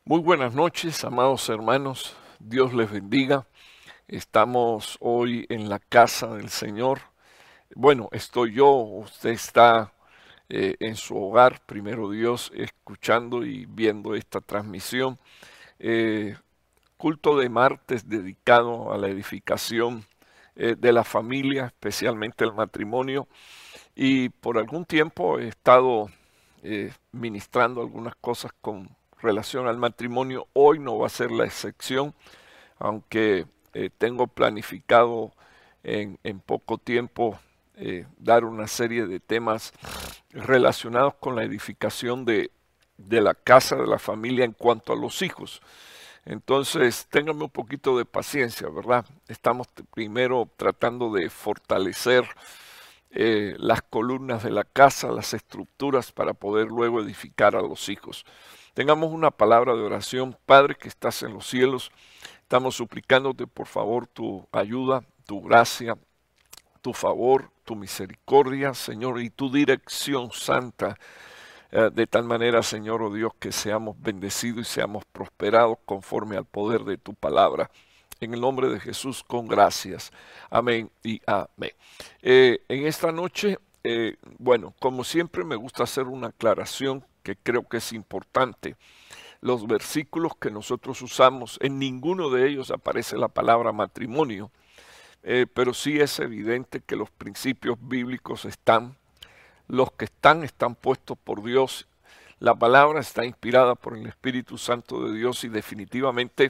Muy buenas noches, amados hermanos. Dios les bendiga. Estamos hoy en la casa del Señor. Bueno, estoy yo, usted está en su hogar, primero Dios, escuchando y viendo esta transmisión. Eh, Culto de martes dedicado a la edificación de la familia, especialmente el matrimonio. Y por algún tiempo he estado ministrando algunas cosas con relación al matrimonio. Hoy no va a ser la excepción, aunque tengo planificado en poco tiempo dar una serie de temas relacionados con la edificación de la casa, de la familia en cuanto a los hijos. Entonces, ténganme un poquito de paciencia, ¿verdad? Estamos primero tratando de fortalecer las columnas de la casa, las estructuras para poder luego edificar a los hijos. Tengamos una palabra de oración. Padre que estás en los cielos, estamos suplicándote por favor tu ayuda, tu gracia, tu favor, tu misericordia, Señor, y tu dirección santa, de tal manera, Señor, oh Dios, que seamos bendecidos y seamos prosperados conforme al poder de tu palabra. En el nombre de Jesús, con gracias. Amén y amén. En esta noche, bueno, como siempre me gusta hacer una aclaración que creo que es importante. Los versículos que nosotros usamos, en ninguno de ellos aparece la palabra matrimonio, pero sí es evidente que los principios bíblicos están, los que están puestos por Dios. La palabra está inspirada por el Espíritu Santo de Dios y definitivamente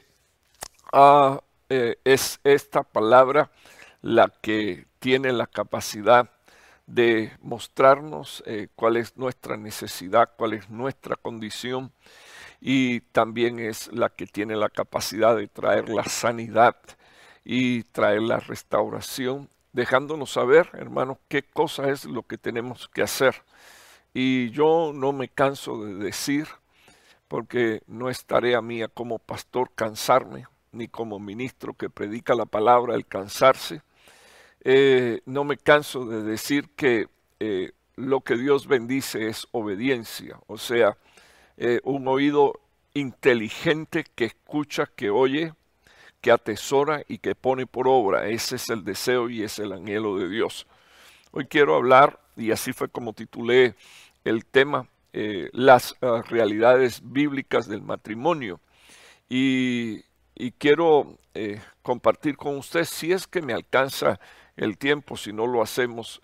es esta palabra la que tiene la capacidad de mostrarnos cuál es nuestra necesidad, cuál es nuestra condición, y también es la que tiene la capacidad de traer la sanidad y traer la restauración, dejándonos saber, hermanos, qué cosa es lo que tenemos que hacer. Y yo no me canso de decir, porque no es tarea mía como pastor cansarme, ni como ministro que predica la palabra el cansarse. No me canso de decir que lo que Dios bendice es obediencia, o sea, un oído inteligente que escucha, que oye, que atesora y que pone por obra. Ese es el deseo y es el anhelo de Dios. Hoy quiero hablar, y así fue como titulé el tema, las realidades bíblicas del matrimonio. Y, y quiero compartir con usted, si es que me alcanza el tiempo, si no lo hacemos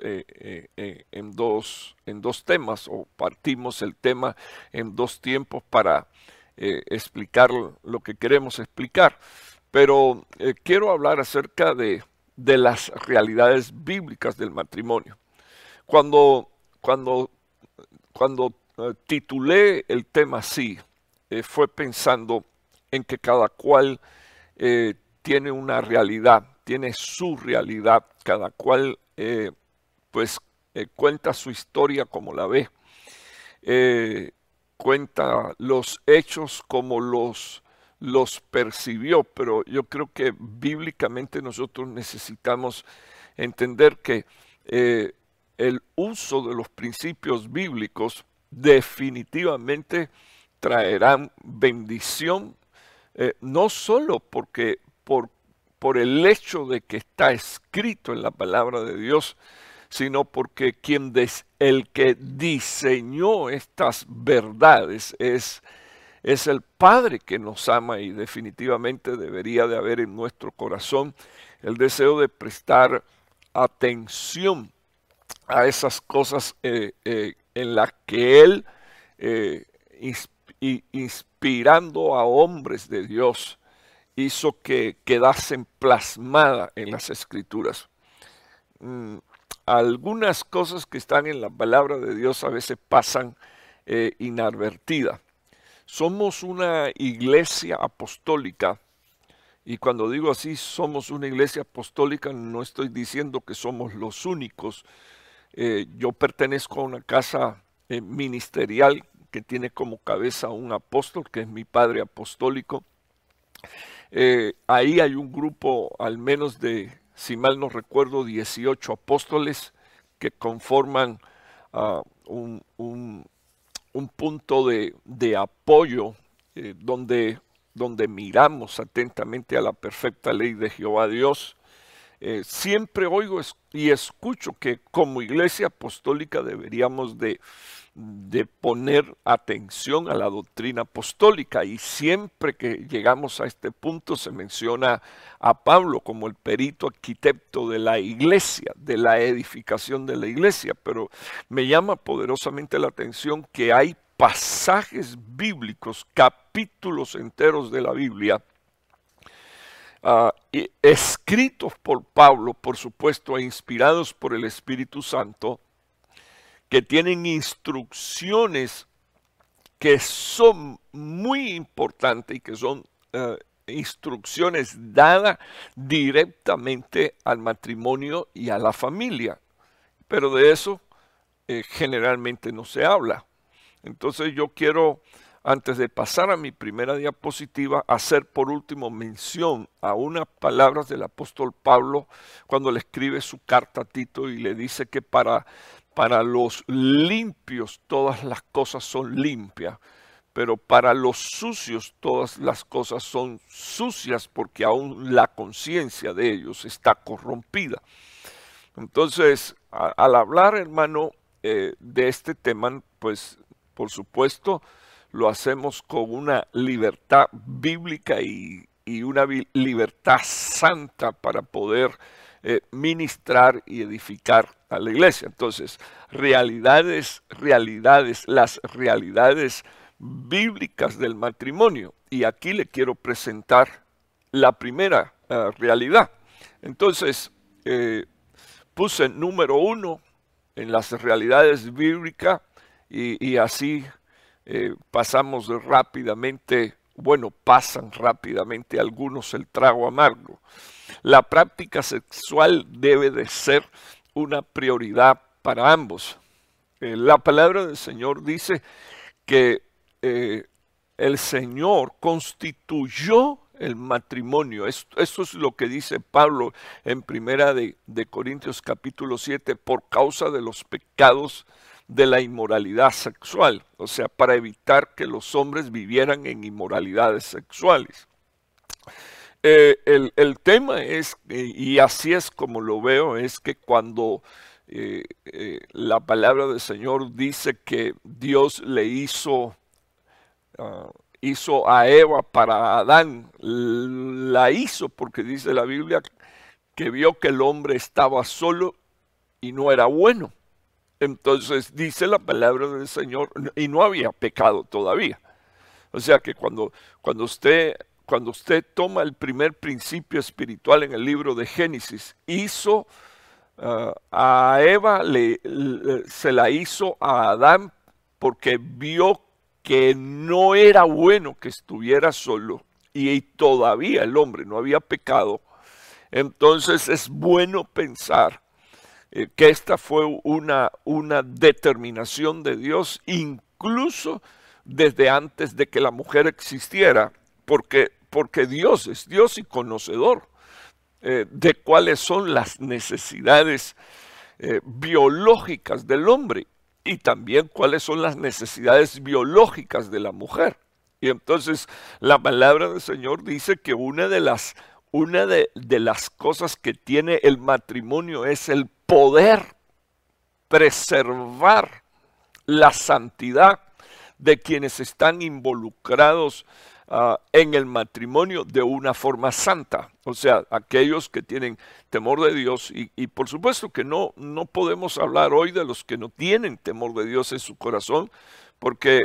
en dos temas, o partimos el tema en dos tiempos para explicar lo que queremos explicar. Pero quiero hablar acerca de las realidades bíblicas del matrimonio. Cuando, cuando, cuando titulé el tema así, fue pensando en que cada cual tiene una realidad, tiene su realidad, cada cual cuenta su historia como la ve, cuenta los hechos como los percibió, pero yo creo que bíblicamente nosotros necesitamos entender que el uso de los principios bíblicos definitivamente traerán bendición, no solo por el hecho de que está escrito en la palabra de Dios, sino porque el que diseñó estas verdades es el Padre que nos ama, y definitivamente debería de haber en nuestro corazón el deseo de prestar atención a esas cosas en las que Él, eh, inspirando a hombres de Dios, hizo que quedasen plasmadas en las Escrituras. Algunas cosas que están en la palabra de Dios a veces pasan inadvertidas. Somos una iglesia apostólica, y cuando digo así, somos una iglesia apostólica, no estoy diciendo que somos los únicos. Yo pertenezco a una casa ministerial que tiene como cabeza un apóstol, que es mi padre apostólico. Ahí hay un grupo, al menos de, si mal no recuerdo, 18 apóstoles que conforman un punto de apoyo donde miramos atentamente a la perfecta ley de Jehová Dios, siempre oigo y escucho que como iglesia apostólica deberíamos de poner atención a la doctrina apostólica, y siempre que llegamos a este punto se menciona a Pablo como el perito arquitecto de la iglesia, de la edificación de la iglesia, pero me llama poderosamente la atención que hay pasajes bíblicos, capítulos enteros de la Biblia, escritos por Pablo, por supuesto, e inspirados por el Espíritu Santo, que tienen instrucciones que son muy importantes y que son instrucciones dadas directamente al matrimonio y a la familia. Pero de eso generalmente no se habla. Entonces yo quiero, antes de pasar a mi primera diapositiva, hacer por último mención a unas palabras del apóstol Pablo cuando le escribe su carta a Tito y le dice que para los limpios todas las cosas son limpias, pero para los sucios todas las cosas son sucias, porque aún la conciencia de ellos está corrompida. Entonces, al hablar, hermano, de este tema, pues por supuesto lo hacemos con una libertad bíblica y una libertad santa para poder ministrar y edificar a la iglesia. Entonces, las realidades bíblicas del matrimonio. Y aquí le quiero presentar la primera realidad. Entonces, puse número 1 en las realidades bíblicas y así pasamos rápidamente, pasan rápidamente algunos el trago amargo. La práctica sexual debe de ser una prioridad para ambos. La palabra del Señor dice que el Señor constituyó el matrimonio. Esto es lo que dice Pablo en primera de Corintios capítulo 7, por causa de los pecados de la inmoralidad sexual, o sea, para evitar que los hombres vivieran en inmoralidades sexuales. El tema es, y así es como lo veo, es que cuando la palabra del Señor dice que Dios le hizo a Eva para Adán, la hizo porque dice la Biblia que vio que el hombre estaba solo y no era bueno. Entonces dice la palabra del Señor, y no había pecado todavía. O sea que cuando usted toma el primer principio espiritual en el libro de Génesis, hizo a Eva, se la hizo a Adán porque vio que no era bueno que estuviera solo y todavía el hombre no había pecado. Entonces es bueno pensar que esta fue una determinación de Dios, incluso desde antes de que la mujer existiera, porque Dios es Dios y conocedor de cuáles son las necesidades biológicas del hombre y también cuáles son las necesidades biológicas de la mujer. Y entonces la palabra del Señor dice que una de las cosas que tiene el matrimonio es el poder preservar la santidad de quienes están involucrados en el matrimonio de una forma santa. O sea, aquellos que tienen temor de Dios y por supuesto que no podemos hablar hoy de los que no tienen temor de Dios en su corazón, porque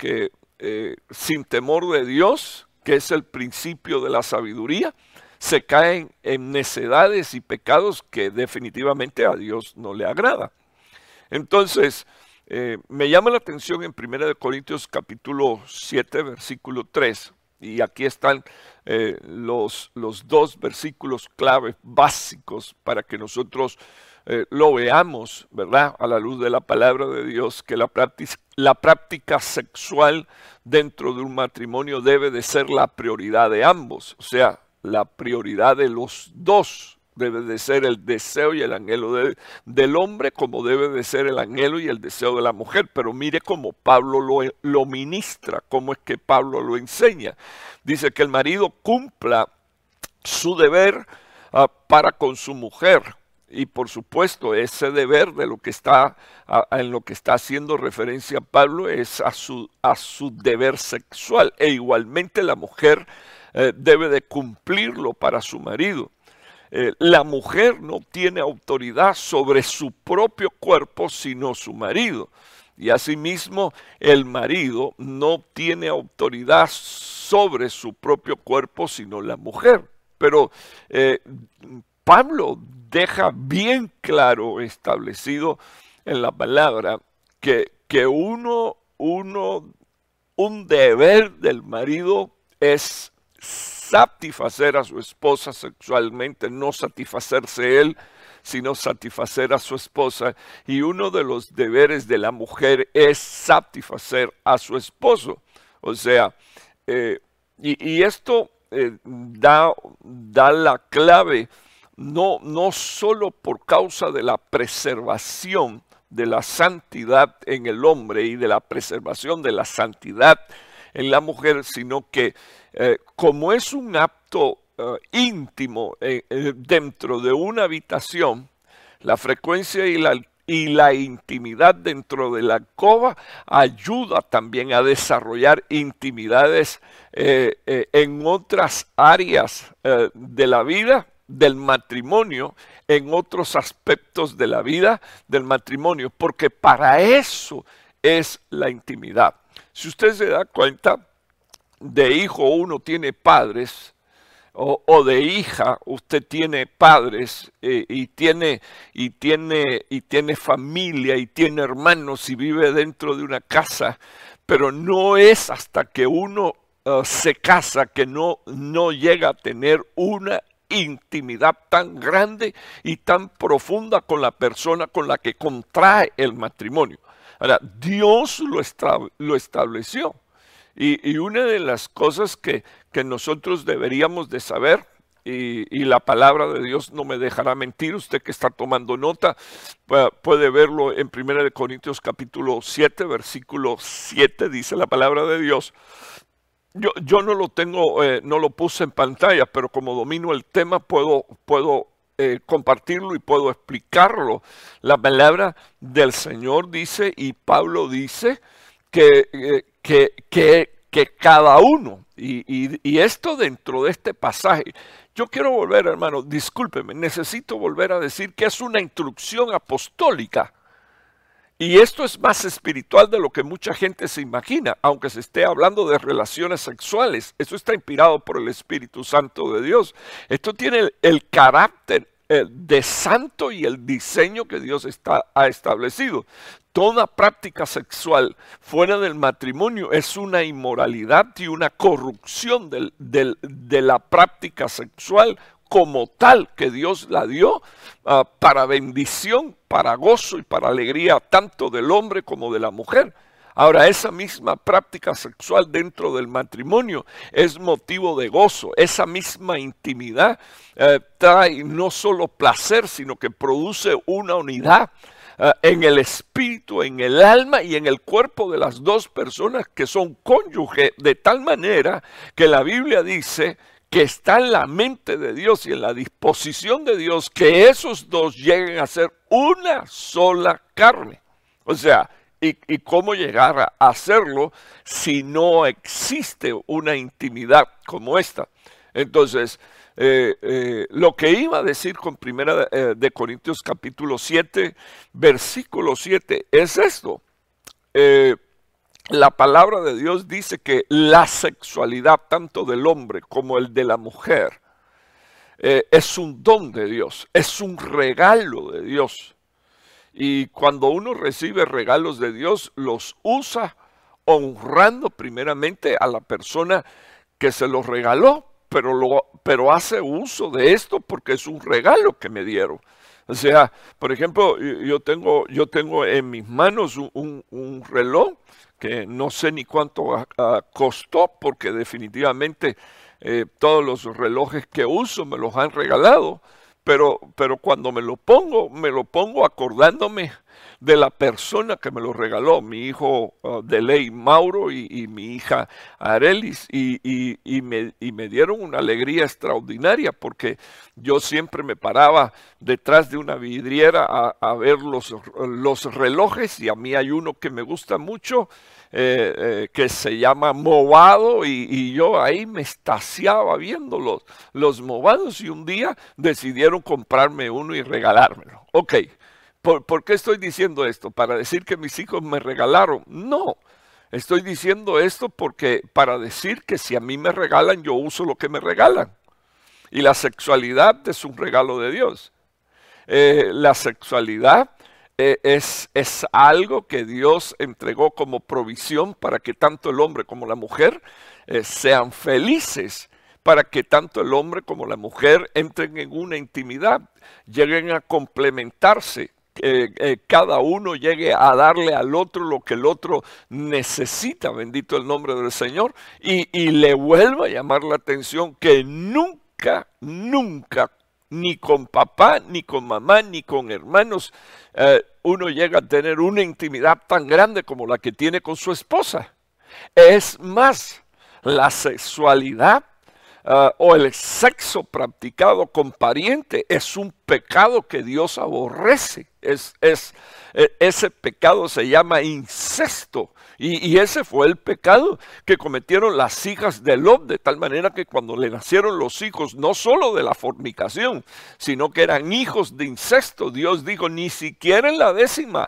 sin temor de Dios, que es el principio de la sabiduría, se caen en necedades y pecados que definitivamente a Dios no le agrada. Entonces, me llama la atención en 1 Corintios capítulo 7, versículo 3, y aquí están los dos versículos clave básicos para que nosotros lo veamos, ¿verdad? A la luz de la palabra de Dios, que la práctica sexual dentro de un matrimonio debe de ser la prioridad de ambos, o sea, la prioridad de los dos, debe de ser el deseo y el anhelo del hombre, como debe de ser el anhelo y el deseo de la mujer. Pero mire cómo Pablo lo ministra, cómo es que Pablo lo enseña. Dice que el marido cumpla su deber para con su mujer. Y por supuesto, ese deber de lo que está, en lo que está haciendo referencia Pablo es a su deber sexual. E igualmente la mujer debe de cumplirlo para su marido. La mujer no tiene autoridad sobre su propio cuerpo, sino su marido. Y asimismo, el marido no tiene autoridad sobre su propio cuerpo, sino la mujer. Pero Pablo deja bien claro establecido en la palabra que un deber del marido es satisfacer a su esposa sexualmente, no satisfacerse él, sino satisfacer a su esposa. Y uno de los deberes de la mujer es satisfacer a su esposo. O sea, y esto da la clave, no solo por causa de la preservación de la santidad en el hombre y de la preservación de la santidad en la mujer, sino que como es un acto íntimo dentro de una habitación, la frecuencia y la intimidad dentro de la alcoba ayuda también a desarrollar intimidades en otras áreas de la vida del matrimonio, en otros aspectos de la vida del matrimonio, porque para eso es la intimidad. Si usted se da cuenta, de hijo uno tiene padres, o de hija usted tiene padres y tiene familia y tiene hermanos y vive dentro de una casa, pero no es hasta que uno se casa que no llega a tener una intimidad tan grande y tan profunda con la persona con la que contrae el matrimonio. Ahora, Dios lo estableció. Y una de las cosas que nosotros deberíamos de saber, y la palabra de Dios no me dejará mentir, usted que está tomando nota, puede verlo en 1 Corintios capítulo 7, versículo 7, dice la palabra de Dios. Yo no lo tengo, no lo puse en pantalla, pero como domino el tema puedo compartirlo y puedo explicarlo. La palabra del Señor dice, y Pablo dice, que cada uno, y esto dentro de este pasaje, yo quiero volver, hermano, discúlpeme, necesito volver a decir que es una instrucción apostólica. Y esto es más espiritual de lo que mucha gente se imagina, aunque se esté hablando de relaciones sexuales. Esto está inspirado por el Espíritu Santo de Dios. Esto tiene el carácter de santo y el diseño que Dios ha establecido. Toda práctica sexual fuera del matrimonio es una inmoralidad y una corrupción de la práctica sexual como tal, que Dios la dio para bendición, para gozo y para alegría tanto del hombre como de la mujer. Ahora, esa misma práctica sexual dentro del matrimonio es motivo de gozo. Esa misma intimidad trae no solo placer, sino que produce una unidad en el espíritu, en el alma y en el cuerpo de las dos personas que son cónyuges, de tal manera que la Biblia dice que está en la mente de Dios y en la disposición de Dios que esos dos lleguen a ser una sola carne. O sea, ¿y cómo llegar a hacerlo si no existe una intimidad como esta? Entonces, lo que iba a decir con 1 de Corintios capítulo 7, versículo 7, es esto. La palabra de Dios dice que la sexualidad tanto del hombre como el de la mujer es un don de Dios, es un regalo de Dios. Y cuando uno recibe regalos de Dios, los usa honrando primeramente a la persona que se los regaló, pero hace uso de esto porque es un regalo que me dieron. O sea, por ejemplo, yo tengo en mis manos un reloj que no sé ni cuánto costó, porque definitivamente todos los relojes que uso me los han regalado, pero cuando me lo pongo acordándome de la persona que me lo regaló, mi hijo Deley Mauro y mi hija Arelis, y me dieron una alegría extraordinaria, porque yo siempre me paraba detrás de una vidriera a ver los relojes, y a mí hay uno que me gusta mucho, que se llama Movado, y yo ahí me extasiaba viendo los Movados, y un día decidieron comprarme uno y regalármelo. Ok, ¿por qué estoy diciendo esto? ¿Para decir que mis hijos me regalaron? No, estoy diciendo esto porque para decir que si a mí me regalan, yo uso lo que me regalan. Y la sexualidad es un regalo de Dios. La sexualidad es algo que Dios entregó como provisión para que tanto el hombre como la mujer sean felices, para que tanto el hombre como la mujer entren en una intimidad, lleguen a complementarse, cada uno llegue a darle al otro lo que el otro necesita, bendito el nombre del Señor, y le vuelva a llamar la atención que nunca, ni con papá, ni con mamá, ni con hermanos, uno llega a tener una intimidad tan grande como la que tiene con su esposa. Es más, la sexualidad o el sexo practicado con pariente es un pecado que Dios aborrece. Ese pecado se llama incesto. Y ese fue el pecado que cometieron las hijas de Lot, de tal manera que cuando le nacieron los hijos, no solo de la fornicación, sino que eran hijos de incesto, Dios dijo, ni siquiera en la décima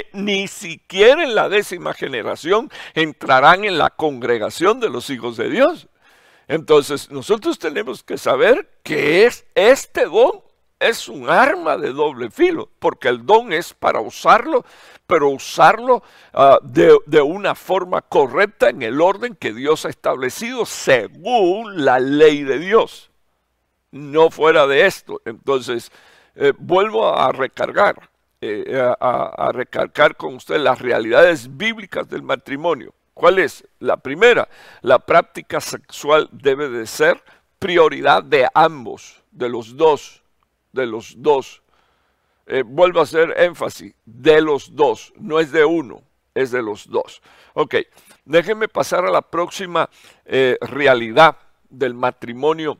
generación entrarán en la congregación de los hijos de Dios. Entonces nosotros tenemos que saber que este don es un arma de doble filo, porque el don es para usarlo, pero usarlo de una forma correcta en el orden que Dios ha establecido según la ley de Dios, no fuera de esto. Entonces vuelvo a recargar, con usted las realidades bíblicas del matrimonio. ¿Cuál es? La primera, la práctica sexual debe de ser prioridad de ambos, de los dos. Vuelvo a hacer énfasis, de los dos, no es de uno, es de los dos. Ok, déjenme pasar a la próxima realidad del matrimonio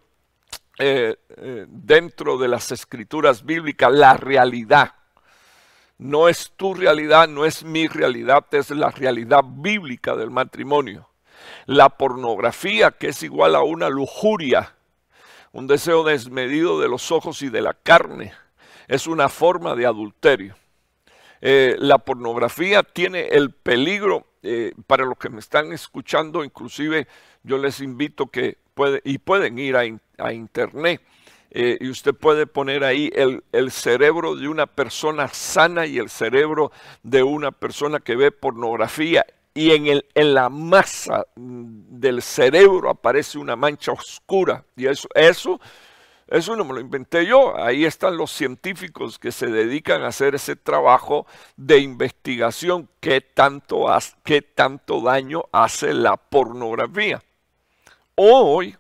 dentro de las escrituras bíblicas, la realidad. No es tu realidad, no es mi realidad, es la realidad bíblica del matrimonio. La pornografía, que es igual a una lujuria, un deseo desmedido de los ojos y de la carne, es una forma de adulterio. La pornografía tiene el peligro, para los que me están escuchando, inclusive yo les invito que pueden ir a internet, y usted puede poner ahí el cerebro de una persona sana y el cerebro de una persona que ve pornografía, y en la masa del cerebro aparece una mancha oscura, y eso no me lo inventé yo. Ahí están los científicos que se dedican a hacer ese trabajo de investigación, qué tanto daño hace la pornografía. Hoy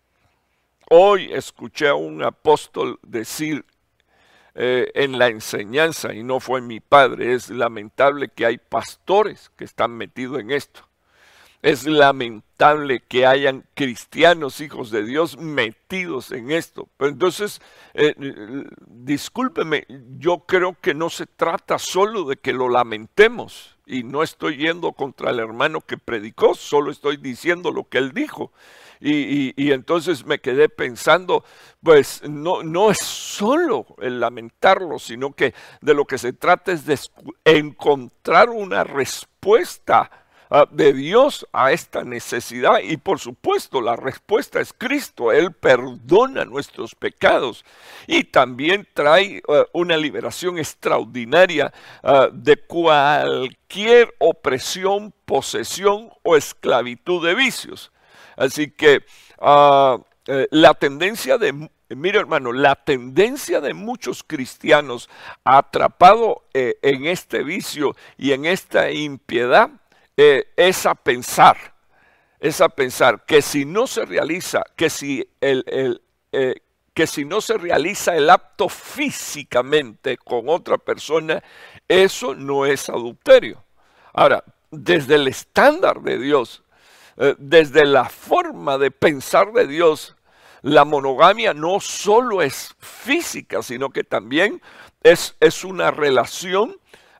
escuché a un apóstol decir en la enseñanza, y no fue mi padre, es lamentable que hay pastores que están metidos en esto. Es lamentable que hayan cristianos, hijos de Dios, metidos en esto. Pero entonces, discúlpeme, yo creo que no se trata solo de que lo lamentemos. Y no estoy yendo contra el hermano que predicó, solo estoy diciendo lo que él dijo. Y entonces me quedé pensando, pues no es solo el lamentarlo, sino que de lo que se trata es de encontrar una respuesta de Dios a esta necesidad. Y por supuesto la respuesta es Cristo. Él perdona nuestros pecados y también trae una liberación extraordinaria de cualquier opresión, posesión o esclavitud de vicios. Así que la tendencia mira hermano, la tendencia de muchos cristianos atrapados en este vicio y en esta impiedad es a pensar que si no se realiza, que si que si no se realiza el acto físicamente con otra persona, eso no es adulterio. Ahora, desde el estándar de Dios, desde la forma de pensar de Dios, la monogamia no solo es física, sino que también es una relación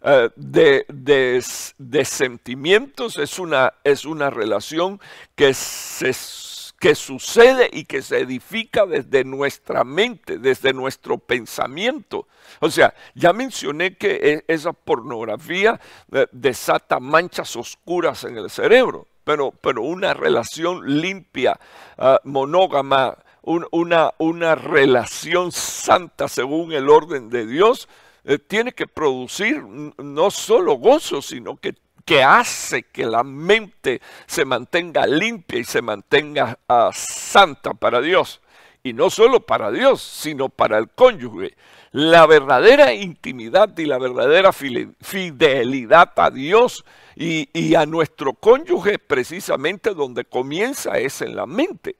de sentimientos, es una relación que sucede y que se edifica desde nuestra mente, desde nuestro pensamiento. O sea, ya mencioné que esa pornografía desata manchas oscuras en el cerebro, pero una relación limpia, monógama, una relación santa según el orden de Dios, tiene que producir no solo gozo, sino que hace que la mente se mantenga limpia y se mantenga santa para Dios. Y no solo para Dios, sino para el cónyuge. La verdadera intimidad y la verdadera fidelidad a Dios y a nuestro cónyuge, precisamente donde comienza es en la mente,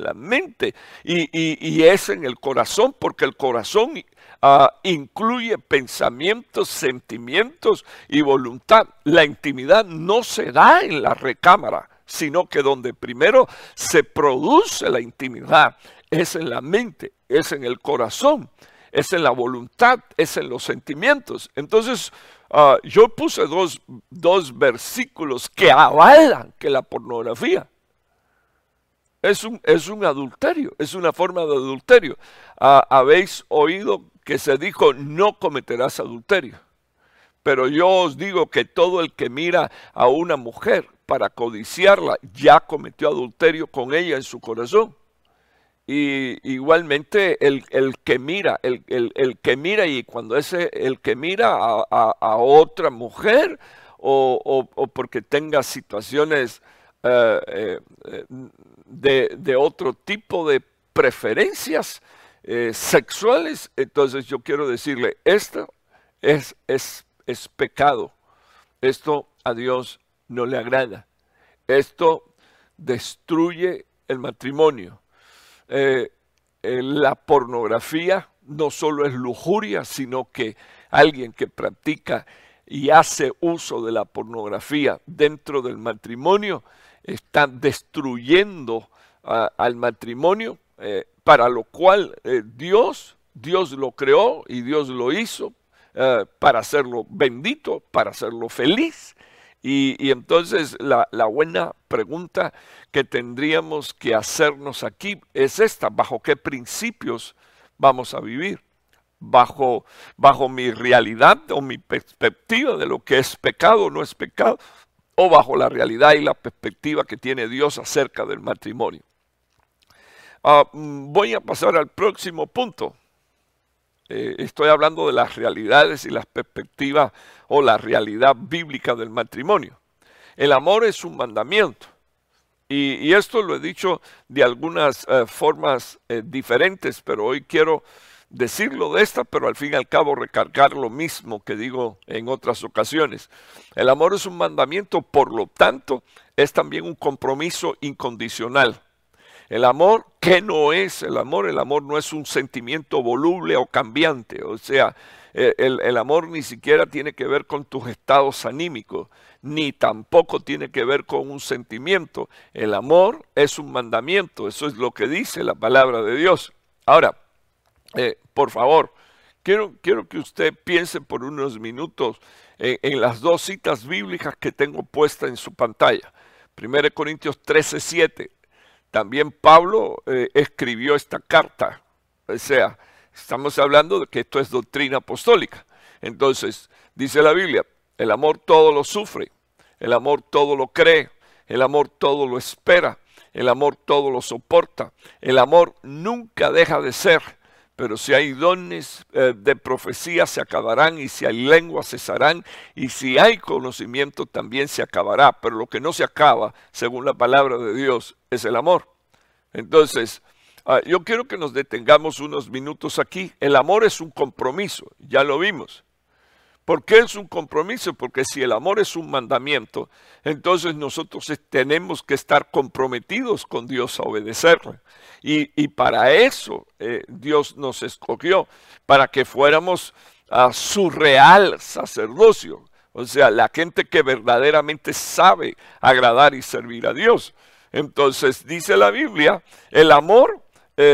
y es en el corazón, porque el corazón incluye pensamientos, sentimientos y voluntad. La intimidad no se da en la recámara, sino que donde primero se produce la intimidad es en la mente, es en el corazón, es en la voluntad, es en los sentimientos. Entonces, yo puse dos versículos que avalan que la pornografía es un adulterio, es una forma de adulterio. Habéis oído que se dijo, no cometerás adulterio. Pero yo os digo que todo el que mira a una mujer para codiciarla, ya cometió adulterio con ella en su corazón. Y igualmente el que mira, el que mira, y cuando el que mira a otra mujer o porque tenga situaciones de otro tipo de preferencias sexuales, entonces yo quiero decirle, esto es pecado. Esto a Dios no le agrada. Esto destruye el matrimonio. La pornografía no solo es lujuria, sino que alguien que practica y hace uso de la pornografía dentro del matrimonio está destruyendo al matrimonio, para lo cual Dios lo creó y Dios lo hizo para hacerlo bendito, para hacerlo feliz. Y entonces la buena pregunta que tendríamos que hacernos aquí es esta: ¿bajo qué principios vamos a vivir? ¿Bajo mi realidad o mi perspectiva de lo que es pecado o no es pecado? ¿O bajo la realidad y la perspectiva que tiene Dios acerca del matrimonio? Voy a pasar al próximo punto. Estoy hablando de las realidades y las perspectivas o la realidad bíblica del matrimonio. El amor es un mandamiento. Y esto lo he dicho de algunas formas diferentes, pero hoy quiero decirlo de esta, pero al fin y al cabo recargar lo mismo que digo en otras ocasiones. El amor es un mandamiento, por lo tanto, es también un compromiso incondicional. El amor, ¿qué no es el amor? El amor no es un sentimiento voluble o cambiante. O sea, el amor ni siquiera tiene que ver con tus estados anímicos, ni tampoco tiene que ver con un sentimiento. El amor es un mandamiento, eso es lo que dice la palabra de Dios. Ahora, por favor, quiero que usted piense por unos minutos en las dos citas bíblicas que tengo puestas en su pantalla. 1 Corintios 13:7. También Pablo escribió esta carta. O sea, estamos hablando de que esto es doctrina apostólica. Entonces, dice la Biblia, el amor todo lo sufre, el amor todo lo cree, el amor todo lo espera, el amor todo lo soporta, el amor nunca deja de ser. Pero si hay dones de profecía se acabarán, y si hay lenguas cesarán, y si hay conocimiento también se acabará. Pero lo que no se acaba, según la palabra de Dios, es el amor. Entonces, yo quiero que nos detengamos unos minutos aquí. El amor es un compromiso, ya lo vimos. ¿Por qué es un compromiso? Porque si el amor es un mandamiento, entonces nosotros tenemos que estar comprometidos con Dios a obedecerle. Y para eso Dios nos escogió, para que fuéramos a su real sacerdocio. O sea, la gente que verdaderamente sabe agradar y servir a Dios. Entonces dice la Biblia, el amor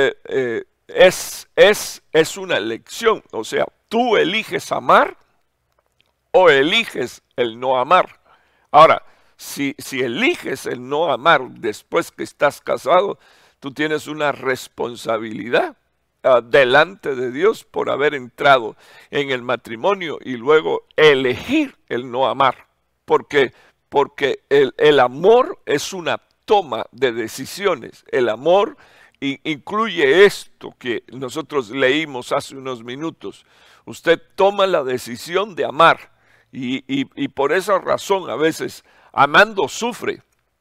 es una elección. O sea, tú eliges amar o eliges el no amar. Ahora, si eliges el no amar después que estás casado, tú tienes una responsabilidad delante de Dios por haber entrado en el matrimonio y luego elegir el no amar. Porque el amor es una toma de decisiones. El amor incluye esto que nosotros leímos hace unos minutos. Usted toma la decisión de amar. Y por esa razón a veces amando sufre.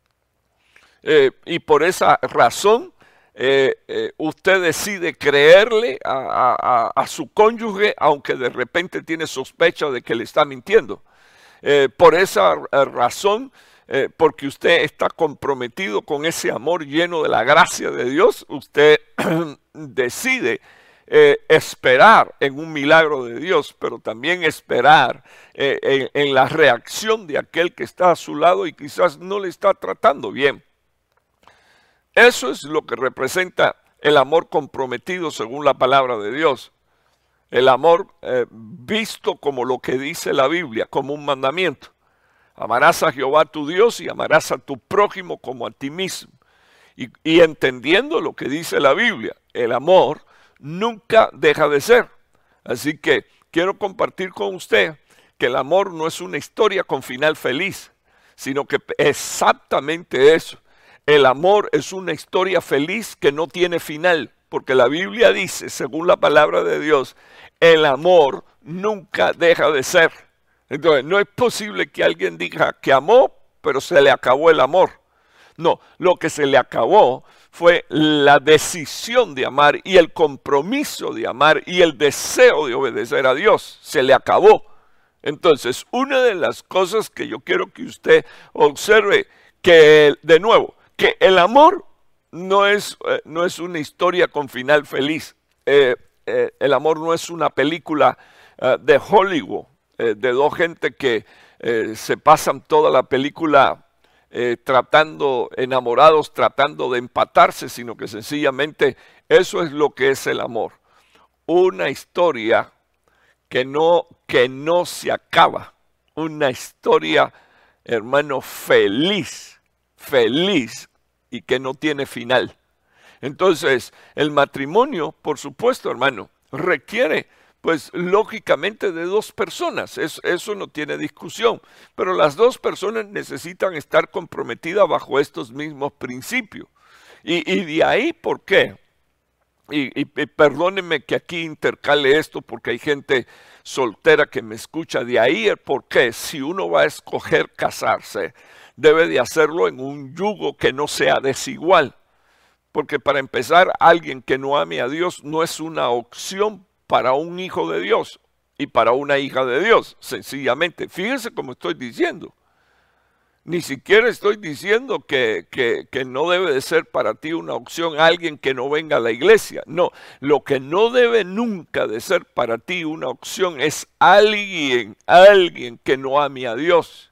Y por esa razón usted decide creerle a su cónyuge, aunque de repente tiene sospecha de que le está mintiendo. Por esa razón, porque usted está comprometido con ese amor lleno de la gracia de Dios, usted decide esperar en un milagro de Dios, pero también esperar en la reacción de aquel que está a su lado y quizás no le está tratando bien. Eso es lo que representa el amor comprometido según la palabra de Dios. El amor visto como lo que dice la Biblia, como un mandamiento. Amarás a Jehová tu Dios y amarás a tu prójimo como a ti mismo. Y entendiendo lo que dice la Biblia, el amor nunca deja de ser. Así que quiero compartir con usted que el amor no es una historia con final feliz, sino que exactamente eso. El amor es una historia feliz que no tiene final, porque la Biblia dice, según la palabra de Dios, el amor nunca deja de ser. Entonces, no es posible que alguien diga que amó, pero se le acabó el amor. No, lo que se le acabó fue la decisión de amar y el compromiso de amar y el deseo de obedecer a Dios. Se le acabó. Entonces, una de las cosas que yo quiero que usted observe, que de nuevo, que el amor no es una historia con final feliz. El amor no es una película de Hollywood, de dos gente que se pasan toda la película enamorados, tratando de empatarse, sino que sencillamente eso es lo que es el amor. Una historia que no se acaba. Una historia, hermano, feliz y que no tiene final. Entonces, el matrimonio, por supuesto, hermano, requiere, pues, lógicamente de dos personas. Eso no tiene discusión. Pero las dos personas necesitan estar comprometidas bajo estos mismos principios. Y de ahí, ¿por qué? Y perdónenme que aquí intercale esto porque hay gente soltera que me escucha. De ahí el por qué, si uno va a escoger casarse, debe de hacerlo en un yugo que no sea desigual. Porque para empezar, alguien que no ame a Dios no es una opción para un hijo de Dios y para una hija de Dios, sencillamente. Fíjense cómo estoy diciendo. Ni siquiera estoy diciendo que no debe de ser para ti una opción alguien que no venga a la iglesia. No, lo que no debe nunca de ser para ti una opción es alguien que no ame a Dios.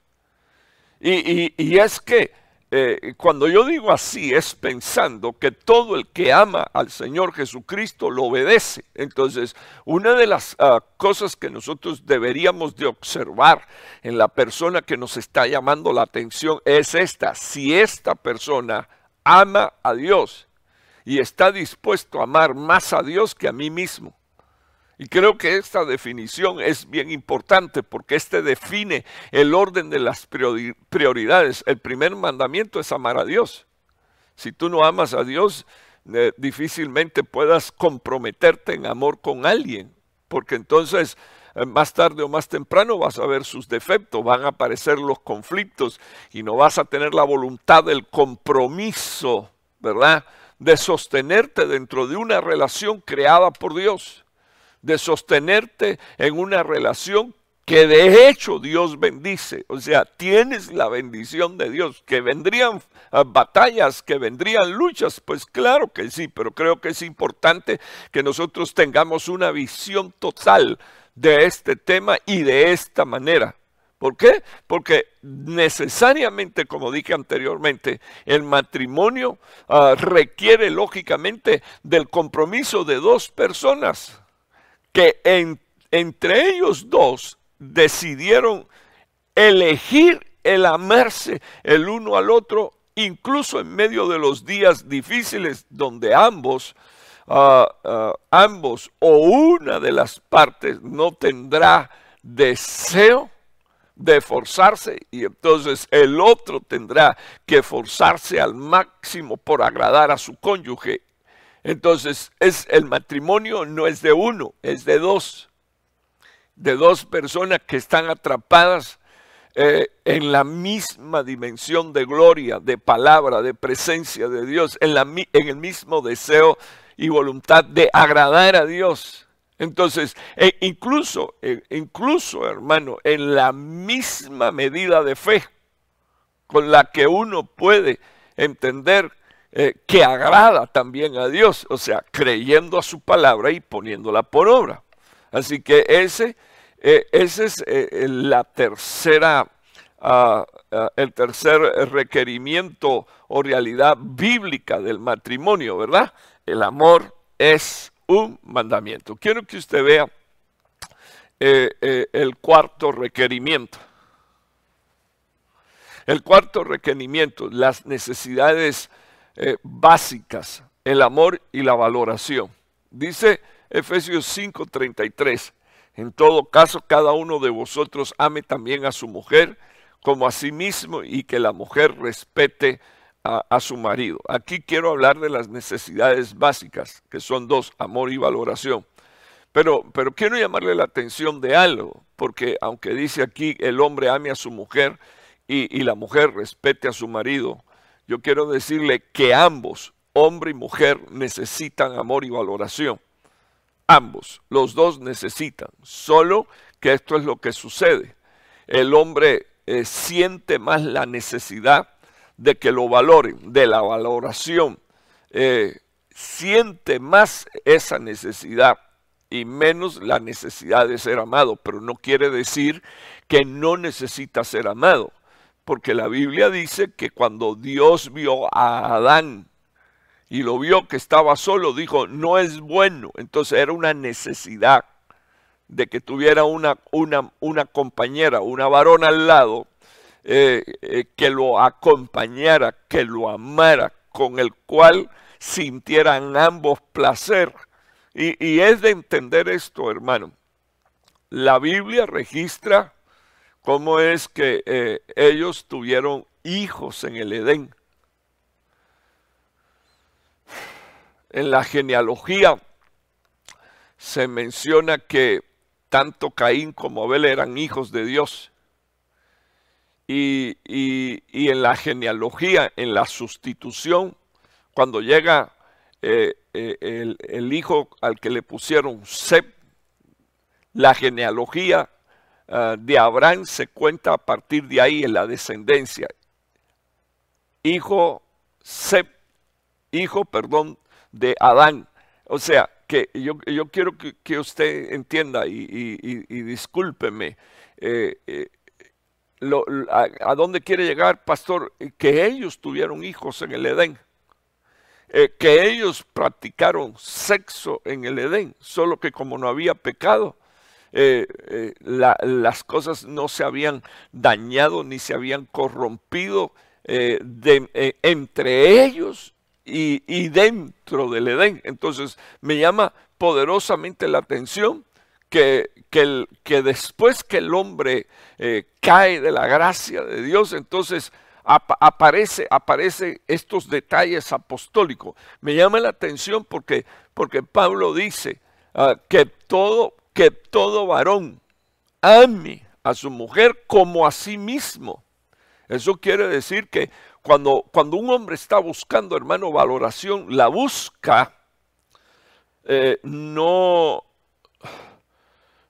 Y es que cuando yo digo así es pensando que todo el que ama al Señor Jesucristo lo obedece. Entonces, una de las cosas que nosotros deberíamos de observar en la persona que nos está llamando la atención es esta. Si esta persona ama a Dios y está dispuesto a amar más a Dios que a mí mismo. Y creo que esta definición es bien importante porque define el orden de las prioridades. El primer mandamiento es amar a Dios. Si tú no amas a Dios, difícilmente puedas comprometerte en amor con alguien, porque entonces más tarde o más temprano vas a ver sus defectos, van a aparecer los conflictos y no vas a tener la voluntad del compromiso, ¿verdad? De sostenerte dentro de una relación creada por Dios. De sostenerte en una relación que de hecho Dios bendice, o sea, tienes la bendición de Dios, que vendrían batallas, que vendrían luchas, pues claro que sí, pero creo que es importante que nosotros tengamos una visión total de este tema y de esta manera. ¿Por qué? Porque necesariamente, como dije anteriormente, el matrimonio requiere lógicamente del compromiso de dos personas que entre ellos dos decidieron elegir el amarse el uno al otro, incluso en medio de los días difíciles donde ambos o una de las partes no tendrá deseo de esforzarse, y entonces el otro tendrá que esforzarse al máximo por agradar a su cónyuge. Entonces el matrimonio no es de uno, es de dos personas que están atrapadas en la misma dimensión de gloria, de palabra, de presencia de Dios, en el mismo deseo y voluntad de agradar a Dios. Entonces, incluso, hermano, en la misma medida de fe con la que uno puede entender que agrada también a Dios, o sea, creyendo a su palabra y poniéndola por obra. Así que ese es la tercera, el tercer requerimiento o realidad bíblica del matrimonio, ¿verdad? El amor es un mandamiento. Quiero que usted vea el cuarto requerimiento. El cuarto requerimiento, las necesidades básicas, el amor y la valoración. Dice Efesios 5:33, en todo caso cada uno de vosotros ame también a su mujer como a sí mismo y que la mujer respete a su marido. Aquí quiero hablar de las necesidades básicas, que son dos, amor y valoración. Pero quiero llamarle la atención de algo, porque aunque dice aquí el hombre ame a su mujer y la mujer respete a su marido, yo quiero decirle que ambos, hombre y mujer, necesitan amor y valoración. Ambos, los dos necesitan, solo que esto es lo que sucede. El hombre siente más la necesidad de que lo valoren, de la valoración, siente más esa necesidad y menos la necesidad de ser amado, pero no quiere decir que no necesita ser amado, porque la Biblia dice que cuando Dios vio a Adán y lo vio que estaba solo, dijo, no es bueno. Entonces era una necesidad de que tuviera una compañera, una varona al lado, que lo acompañara, que lo amara, con el cual sintieran ambos placer. Y es de entender esto, hermano. La Biblia registra cómo es que ellos tuvieron hijos en el Edén. En la genealogía se menciona que tanto Caín como Abel eran hijos de Dios. Y en la genealogía, en la sustitución, cuando llega el hijo al que le pusieron Seth, la genealogía de Abraham se cuenta a partir de ahí en la descendencia. Hijo de Adán. O sea, que yo quiero que usted entienda y discúlpeme, ¿a dónde quiere llegar, pastor? Que ellos tuvieron hijos en el Edén, que ellos practicaron sexo en el Edén, solo que como no había pecado, las cosas no se habían dañado ni se habían corrompido entre ellos y dentro del Edén. Entonces me llama poderosamente la atención que después que el hombre cae de la gracia de Dios, entonces aparece estos detalles apostólicos. Me llama la atención porque Pablo dice que todo varón ame a su mujer como a sí mismo. Eso quiere decir que cuando un hombre está buscando, hermano, valoración, la busca no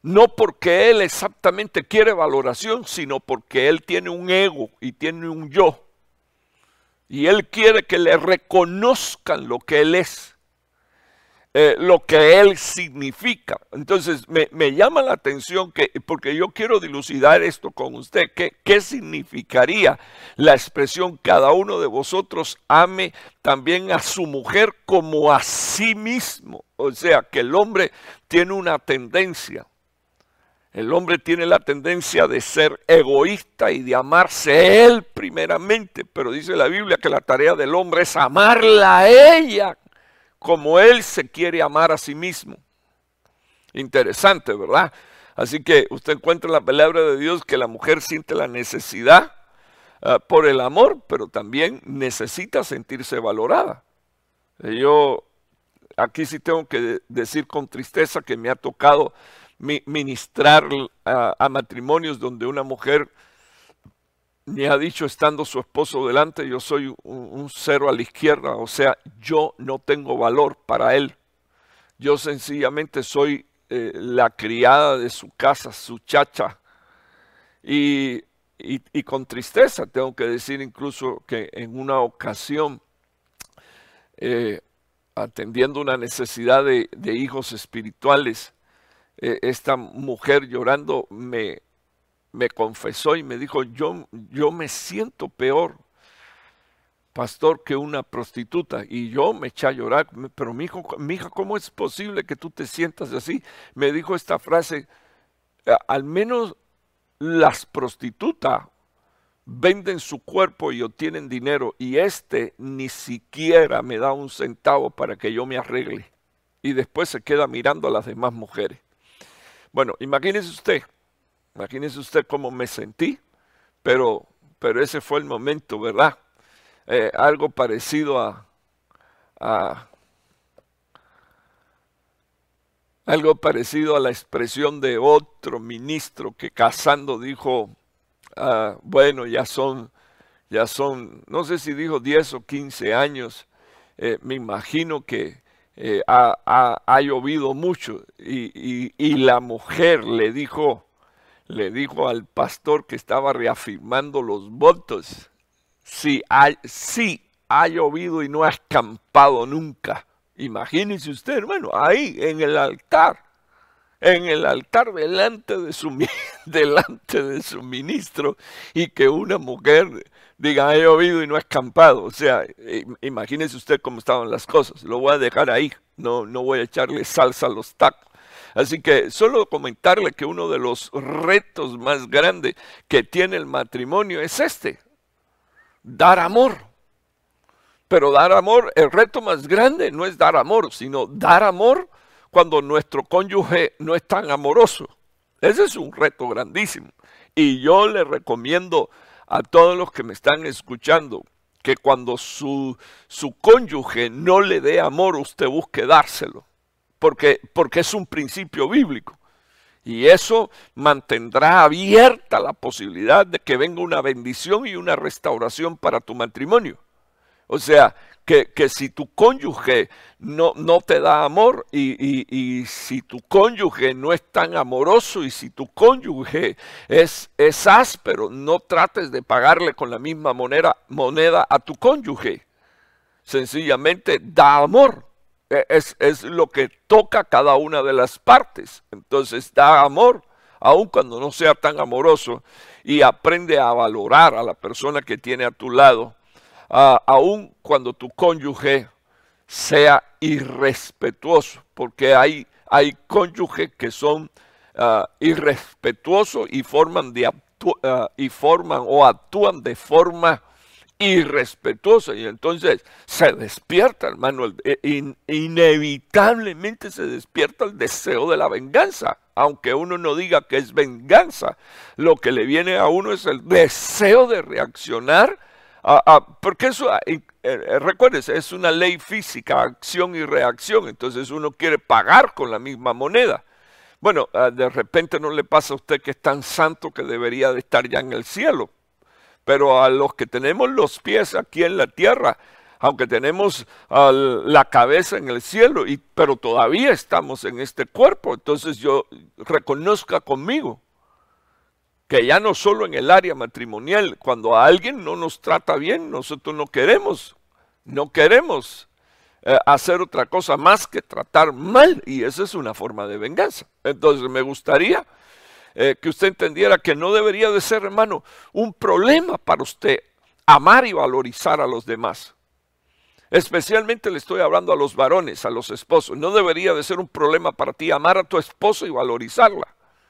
No porque él exactamente quiere valoración, sino porque él tiene un ego y tiene un yo. Y él quiere que le reconozcan lo que él es. Lo que él significa. Entonces me llama la atención porque yo quiero dilucidar esto con usted, ¿qué significaría la expresión cada uno de vosotros ame también a su mujer como a sí mismo? O sea, que el hombre tiene una tendencia. El hombre tiene la tendencia de ser egoísta y de amarse él primeramente, pero dice la Biblia que la tarea del hombre es amarla a ella como él se quiere amar a sí mismo. Interesante, ¿verdad? Así que usted encuentra en la palabra de Dios que la mujer siente la necesidad por el amor, pero también necesita sentirse valorada. Yo aquí sí tengo que decir con tristeza que me ha tocado ministrar a matrimonios donde una mujer me ha dicho estando su esposo delante, yo soy un cero a la izquierda, o sea, yo no tengo valor para él. Yo sencillamente soy la criada de su casa, su chacha. Y con tristeza tengo que decir incluso que en una ocasión, atendiendo una necesidad de hijos espirituales, esta mujer llorando me confesó y me dijo, yo me siento peor, pastor, que una prostituta. Y yo me eché a llorar, pero mi hija, ¿cómo es posible que tú te sientas así? Me dijo esta frase, al menos las prostitutas venden su cuerpo y obtienen dinero, y ni siquiera me da un centavo para que yo me arregle. Y después se queda mirando a las demás mujeres. Bueno, imagínese usted cómo me sentí, pero ese fue el momento, ¿verdad? Algo parecido a la expresión de otro ministro que casando dijo, bueno, ya son, no sé si dijo 10 o 15 años, me imagino que ha llovido mucho y la mujer le dijo al pastor que estaba reafirmando los votos, sí ha llovido y no ha escampado nunca. Imagínese usted, hermano, ahí en el altar delante de su ministro, y que una mujer diga, ha llovido y no ha escampado. O sea, imagínese usted cómo estaban las cosas. Lo voy a dejar ahí, no voy a echarle salsa a los tacos. Así que solo comentarle que uno de los retos más grandes que tiene el matrimonio es dar amor. Pero dar amor, el reto más grande no es dar amor, sino dar amor cuando nuestro cónyuge no es tan amoroso. Ese es un reto grandísimo. Y yo le recomiendo a todos los que me están escuchando que cuando su cónyuge no le dé amor, usted busque dárselo. Porque es un principio bíblico. Y eso mantendrá abierta la posibilidad de que venga una bendición y una restauración para tu matrimonio. O sea, que si tu cónyuge no te da amor y si tu cónyuge no es tan amoroso y si tu cónyuge es áspero, no trates de pagarle con la misma moneda a tu cónyuge. Sencillamente da amor. Es lo que toca cada una de las partes. Entonces da amor, aun cuando no sea tan amoroso, y aprende a valorar a la persona que tiene a tu lado, aun cuando tu cónyuge sea irrespetuoso, porque hay cónyuges que son irrespetuosos y forman o actúan de forma irrespetuosa, y entonces se despierta, hermano, inevitablemente se despierta el deseo de la venganza, aunque uno no diga que es venganza. Lo que le viene a uno es el deseo de reaccionar, porque eso, recuérdese, es una ley física, acción y reacción. Entonces uno quiere pagar con la misma moneda. Bueno, de repente no le pasa a usted que es tan santo que debería de estar ya en el cielo. Pero a los que tenemos los pies aquí en la tierra, aunque tenemos la cabeza en el cielo, pero todavía estamos en este cuerpo. Entonces yo reconozca conmigo que ya no solo en el área matrimonial, cuando a alguien no nos trata bien, nosotros no queremos hacer otra cosa más que tratar mal, y esa es una forma de venganza. Entonces me gustaría que usted entendiera que no debería de ser, hermano, un problema para usted amar y valorizar a los demás. Especialmente le estoy hablando a los varones, a los esposos. No debería de ser un problema para ti amar a tu esposo y valorizarla.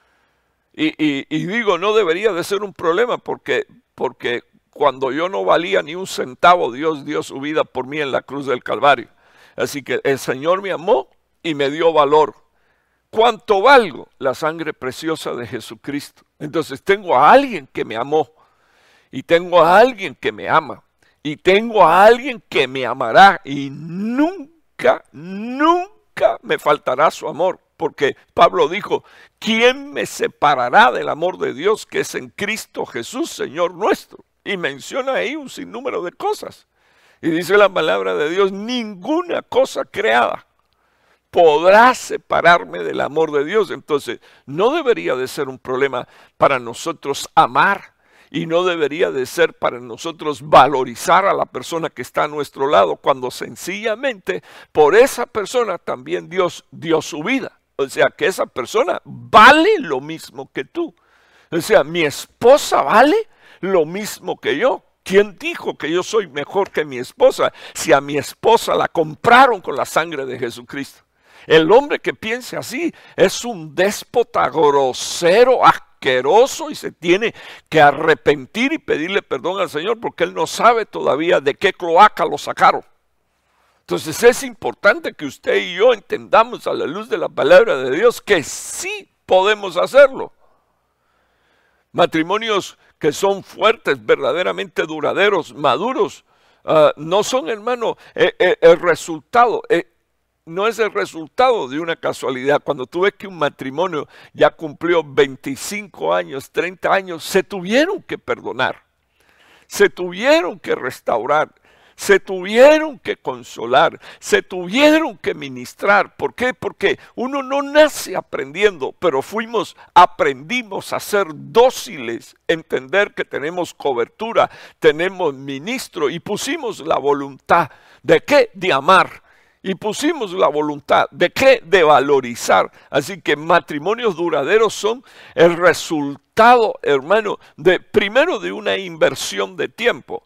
Y digo, no debería de ser un problema porque cuando yo no valía ni un centavo, Dios dio su vida por mí en la cruz del Calvario. Así que el Señor me amó y me dio valor. ¿Cuánto valgo? La sangre preciosa de Jesucristo. Entonces tengo a alguien que me amó, y tengo a alguien que me ama, y tengo a alguien que me amará, y nunca, nunca me faltará su amor. Porque Pablo dijo, ¿quién me separará del amor de Dios que es en Cristo Jesús, Señor nuestro? Y menciona ahí un sinnúmero de cosas. Y dice la palabra de Dios, ninguna cosa creada podrá separarme del amor de Dios. Entonces, no debería de ser un problema para nosotros amar, y no debería de ser para nosotros valorizar a la persona que está a nuestro lado, cuando sencillamente por esa persona también Dios dio su vida. O sea, que esa persona vale lo mismo que tú. O sea, mi esposa vale lo mismo que yo. ¿Quién dijo que yo soy mejor que mi esposa? Si a mi esposa la compraron con la sangre de Jesucristo. El hombre que piense así es un déspota grosero, asqueroso, y se tiene que arrepentir y pedirle perdón al Señor, porque él no sabe todavía de qué cloaca lo sacaron. Entonces es importante que usted y yo entendamos a la luz de la palabra de Dios que sí podemos hacerlo. Matrimonios que son fuertes, verdaderamente duraderos, maduros, no son, hermano, el resultado. No es el resultado de una casualidad. Cuando tú ves que un matrimonio ya cumplió 25 años, 30 años, se tuvieron que perdonar, se tuvieron que restaurar, se tuvieron que consolar, se tuvieron que ministrar. ¿Por qué? Porque uno no nace aprendiendo, pero aprendimos a ser dóciles, entender que tenemos cobertura, tenemos ministro, y pusimos la voluntad ¿de qué? De amar. Y pusimos la voluntad ¿de qué? De valorizar. Así que matrimonios duraderos son el resultado, hermano, primero de una inversión de tiempo.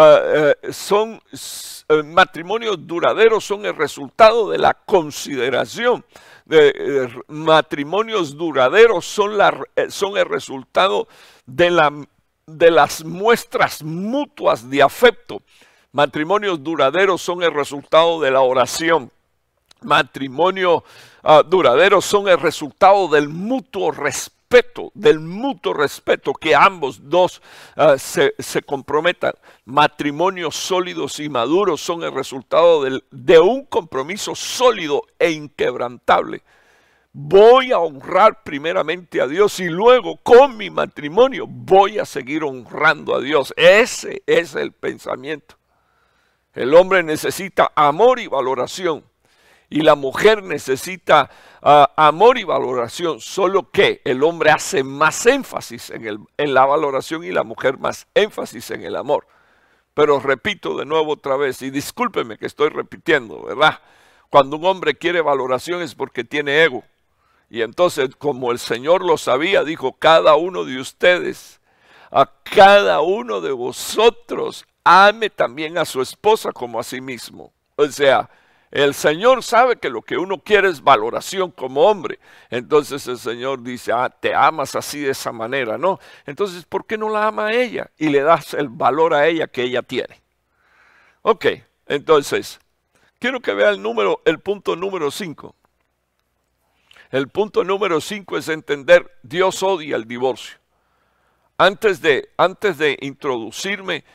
Matrimonios duraderos son el resultado de la consideración. Matrimonios duraderos son el resultado de las muestras mutuas de afecto. Matrimonios duraderos son el resultado de la oración. Matrimonios duraderos son el resultado del mutuo respeto, que ambos dos se comprometan. Matrimonios sólidos y maduros son el resultado de un compromiso sólido e inquebrantable. Voy a honrar primeramente a Dios, y luego con mi matrimonio voy a seguir honrando a Dios. Ese es el pensamiento. El hombre necesita amor y valoración, y la mujer necesita amor y valoración, solo que el hombre hace más énfasis en la valoración y la mujer más énfasis en el amor. Pero repito de nuevo otra vez, y discúlpeme que estoy repitiendo, ¿verdad? Cuando un hombre quiere valoración es porque tiene ego. Y entonces, como el Señor lo sabía, dijo, cada uno de ustedes, a cada uno de vosotros, ame también a su esposa como a sí mismo. O sea, el Señor sabe que lo que uno quiere es valoración como hombre. Entonces el Señor dice, te amas así de esa manera, ¿no? Entonces, ¿por qué no la ama a ella? Y le das el valor a ella que ella tiene. Ok, entonces, quiero que vea el punto número 5. El punto número 5 es entender, Dios odia el divorcio. Antes de introducirme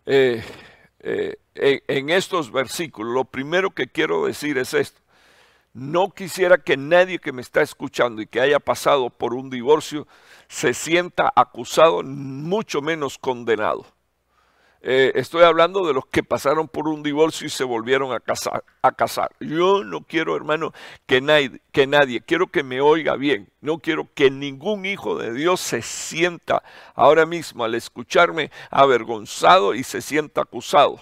en estos versículos, lo primero que quiero decir es esto. No quisiera que nadie que me está escuchando y que haya pasado por un divorcio se sienta acusado, mucho menos condenado. Estoy hablando de los que pasaron por un divorcio y se volvieron a casar. Yo no quiero, hermano, que nadie, quiero que me oiga bien, no quiero que ningún hijo de Dios se sienta ahora mismo al escucharme avergonzado y se sienta acusado.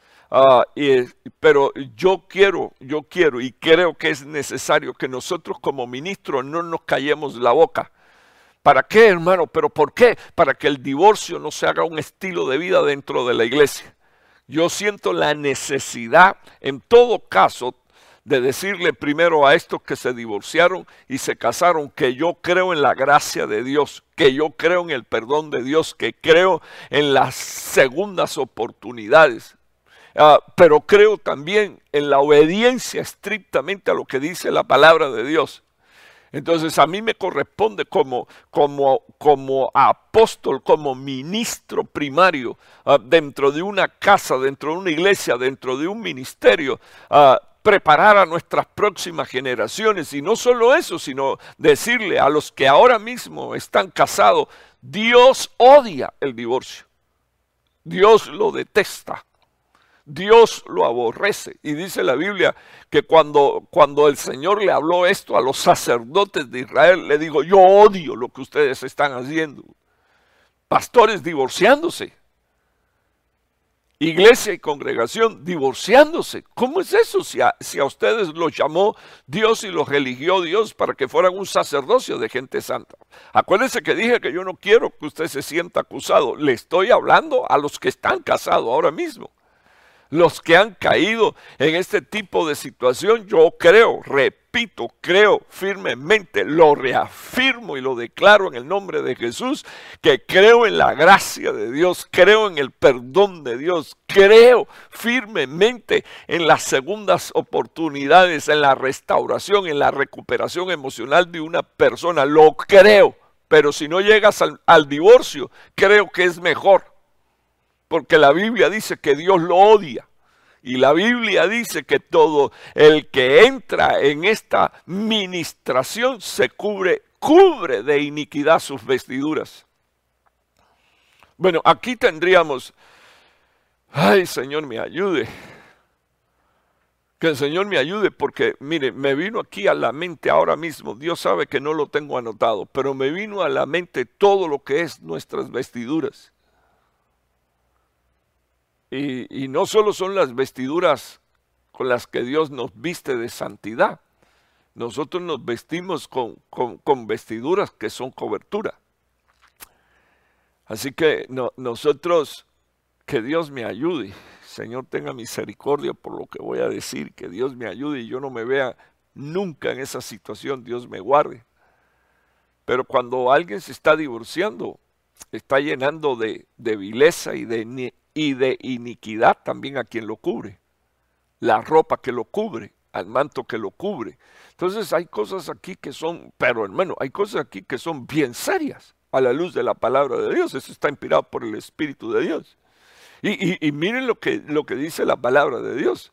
Pero yo quiero y creo que es necesario que nosotros como ministros no nos callemos la boca. ¿Para qué, hermano? ¿Pero por qué? Para que el divorcio no se haga un estilo de vida dentro de la iglesia. Yo siento la necesidad, en todo caso, de decirle primero a estos que se divorciaron y se casaron que yo creo en la gracia de Dios, que yo creo en el perdón de Dios, que creo en las segundas oportunidades. Pero creo también en la obediencia estrictamente a lo que dice la palabra de Dios. Entonces a mí me corresponde como apóstol, como ministro primario dentro de una casa, dentro de una iglesia, dentro de un ministerio, preparar a nuestras próximas generaciones. Y no solo eso, sino decirle a los que ahora mismo están casados, Dios odia el divorcio. Dios lo detesta. Dios lo aborrece. Y dice la Biblia que cuando el Señor le habló esto a los sacerdotes de Israel, le dijo, yo odio lo que ustedes están haciendo. Pastores divorciándose. Iglesia y congregación divorciándose. ¿Cómo es eso? Si a ustedes los llamó Dios y los eligió Dios para que fueran un sacerdocio de gente santa. Acuérdense que dije que yo no quiero que usted se sienta acusado. Le estoy hablando a los que están casados ahora mismo. Los que han caído en este tipo de situación, yo creo, repito, creo firmemente, lo reafirmo y lo declaro en el nombre de Jesús, que creo en la gracia de Dios, creo en el perdón de Dios, creo firmemente en las segundas oportunidades, en la restauración, en la recuperación emocional de una persona, lo creo, pero si no llegas al divorcio, creo que es mejor. Porque la Biblia dice que Dios lo odia. Y la Biblia dice que todo el que entra en esta ministración se cubre de iniquidad sus vestiduras. Bueno, aquí tendríamos, ay, Señor me ayude. Que el Señor me ayude porque, mire, me vino aquí a la mente ahora mismo, Dios sabe que no lo tengo anotado, pero me vino a la mente todo lo que es nuestras vestiduras. Y no solo son las vestiduras con las que Dios nos viste de santidad. Nosotros nos vestimos con vestiduras que son cobertura. Así que nosotros, que Dios me ayude. Señor, tenga misericordia por lo que voy a decir. Que Dios me ayude y yo no me vea nunca en esa situación. Dios me guarde. Pero cuando alguien se está divorciando, está llenando de vileza y de iniquidad también a quien lo cubre, la ropa que lo cubre, al manto que lo cubre. Entonces hay cosas aquí que son, pero hermano, hay cosas aquí que son bien serias a la luz de la palabra de Dios. Eso está inspirado por el Espíritu de Dios. Y miren lo que dice la palabra de Dios.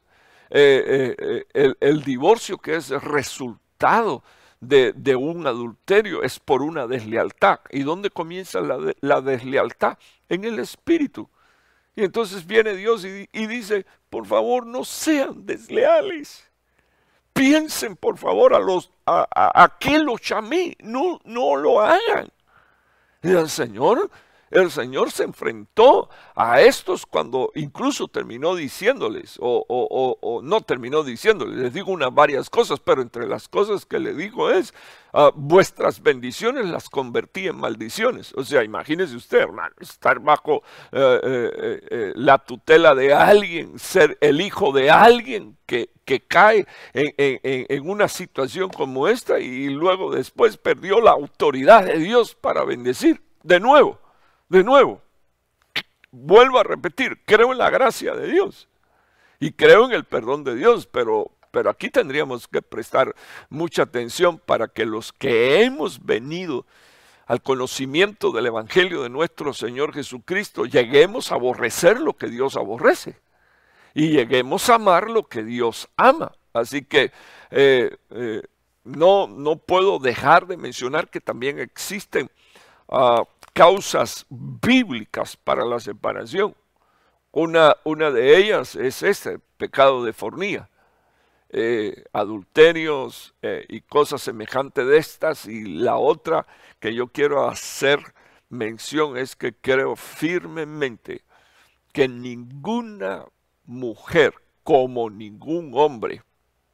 El divorcio que es resultado de un adulterio es por una deslealtad. ¿Y dónde comienza la deslealtad? En el espíritu. Y entonces viene Dios y dice, por favor no sean desleales. Piensen por favor a qué los llamé, no lo hagan. Y el Señor se enfrentó a estos cuando incluso terminó diciéndoles, o no terminó diciéndoles, les digo varias cosas, pero entre las cosas que le dijo es, vuestras bendiciones las convertí en maldiciones. O sea, imagínese usted, hermano, estar bajo la tutela de alguien, ser el hijo de alguien que cae en una situación como esta y luego después perdió la autoridad de Dios para bendecir. De nuevo, vuelvo a repetir, creo en la gracia de Dios y creo en el perdón de Dios, pero aquí tendríamos que prestar mucha atención para que los que hemos venido al conocimiento del Evangelio de nuestro Señor Jesucristo lleguemos a aborrecer lo que Dios aborrece y lleguemos a amar lo que Dios ama. Así que no puedo dejar de mencionar que también existen causas bíblicas para la separación. Una de ellas es este pecado de fornía, adulterios y cosas semejantes de estas. Y la otra que yo quiero hacer mención es que creo firmemente que ninguna mujer como ningún hombre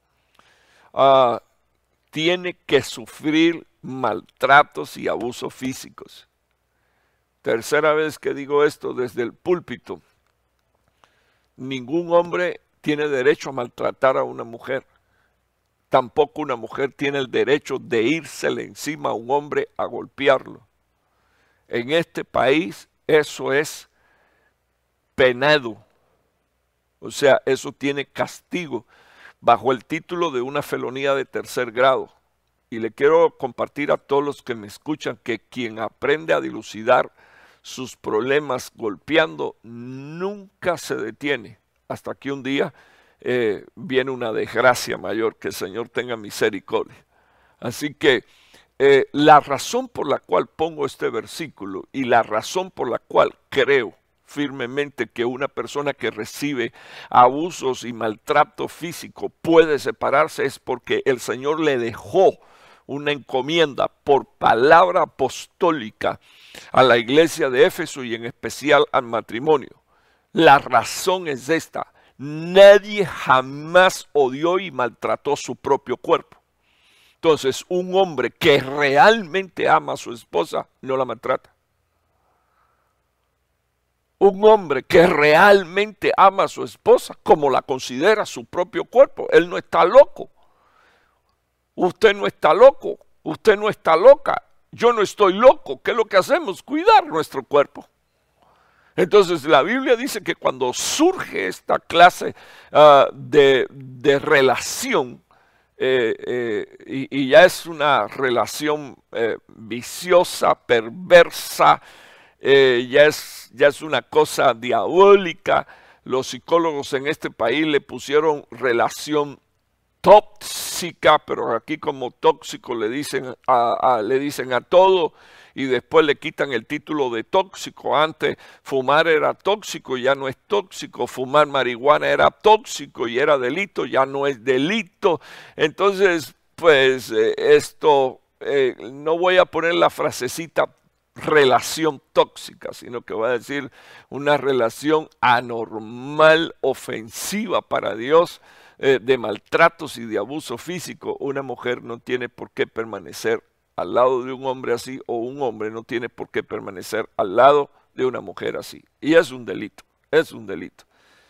tiene que sufrir maltratos y abusos físicos. Tercera vez que digo esto desde el púlpito. Ningún hombre tiene derecho a maltratar a una mujer. Tampoco una mujer tiene el derecho de írsele encima a un hombre a golpearlo. En este país eso es penado. O sea, eso tiene castigo bajo el título de una felonía de tercer grado. Y le quiero compartir a todos los que me escuchan que quien aprende a dilucidar sus problemas golpeando nunca se detiene hasta que un día viene una desgracia mayor. Que el Señor tenga misericordia. Así que la razón por la cual pongo este versículo y la razón por la cual creo firmemente que una persona que recibe abusos y maltrato físico puede separarse es porque el Señor le dejó una encomienda por palabra apostólica a la iglesia de Éfeso y en especial al matrimonio. La razón es esta: nadie jamás odió y maltrató su propio cuerpo. Entonces, un hombre que realmente ama a su esposa no la maltrata. Un hombre que realmente ama a su esposa como la considera su propio cuerpo, él no está loco. Usted no está loco, usted no está loca, yo no estoy loco. ¿Qué es lo que hacemos? Cuidar nuestro cuerpo. Entonces la Biblia dice que cuando surge esta clase de relación, y ya es una relación viciosa, perversa, ya es una cosa diabólica. Los psicólogos en este país le pusieron relación tóxica, pero aquí como tóxico le dicen a todo, y después le quitan el título de tóxico. Antes fumar era tóxico, ya no es tóxico. Fumar marihuana era tóxico y era delito, ya no es delito. Entonces, pues no voy a poner la frasecita relación tóxica, sino que voy a decir una relación anormal, ofensiva para Dios, de maltratos y de abuso físico. Una mujer no tiene por qué permanecer al lado de un hombre así, o un hombre no tiene por qué permanecer al lado de una mujer así. Y es un delito, es un delito.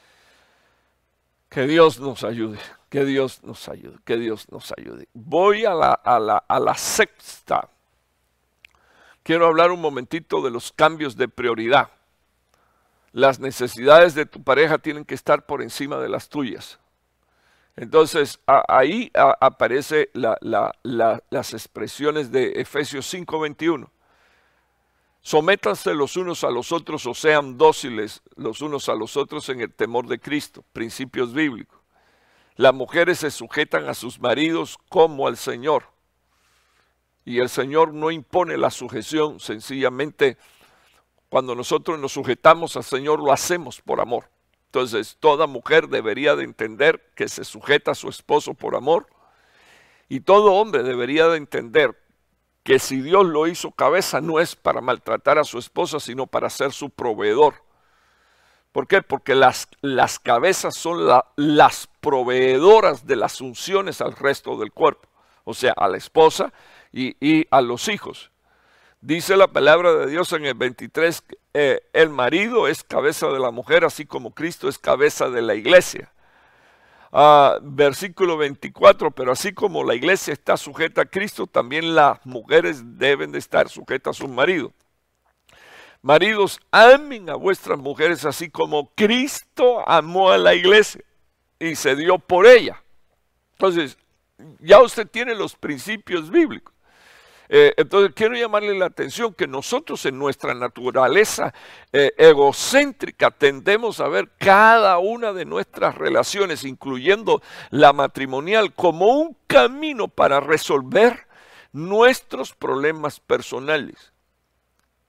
Que Dios nos ayude, que Dios nos ayude, que Dios nos ayude. Voy a la sexta. Quiero hablar un momentito de los cambios de prioridad. Las necesidades de tu pareja tienen que estar por encima de las tuyas. Entonces, ahí aparecen las expresiones de Efesios 5:21. Sométanse los unos a los otros, o sean dóciles los unos a los otros en el temor de Cristo. Principios bíblicos. Las mujeres se sujetan a sus maridos como al Señor. Y el Señor no impone la sujeción, sencillamente cuando nosotros nos sujetamos al Señor lo hacemos por amor. Entonces, toda mujer debería de entender que se sujeta a su esposo por amor, y todo hombre debería de entender que si Dios lo hizo cabeza no es para maltratar a su esposa, sino para ser su proveedor. ¿Por qué? Porque las cabezas son las proveedoras de las unciones al resto del cuerpo, o sea, a la esposa y a los hijos. Dice la palabra de Dios en el 23, el marido es cabeza de la mujer, así como Cristo es cabeza de la iglesia. Versículo 24, pero así como la iglesia está sujeta a Cristo, también las mujeres deben de estar sujetas a sus maridos. Maridos, amen a vuestras mujeres así como Cristo amó a la iglesia y se dio por ella. Entonces, ya usted tiene los principios bíblicos. Entonces quiero llamarle la atención que nosotros en nuestra naturaleza egocéntrica tendemos a ver cada una de nuestras relaciones, incluyendo la matrimonial, como un camino para resolver nuestros problemas personales.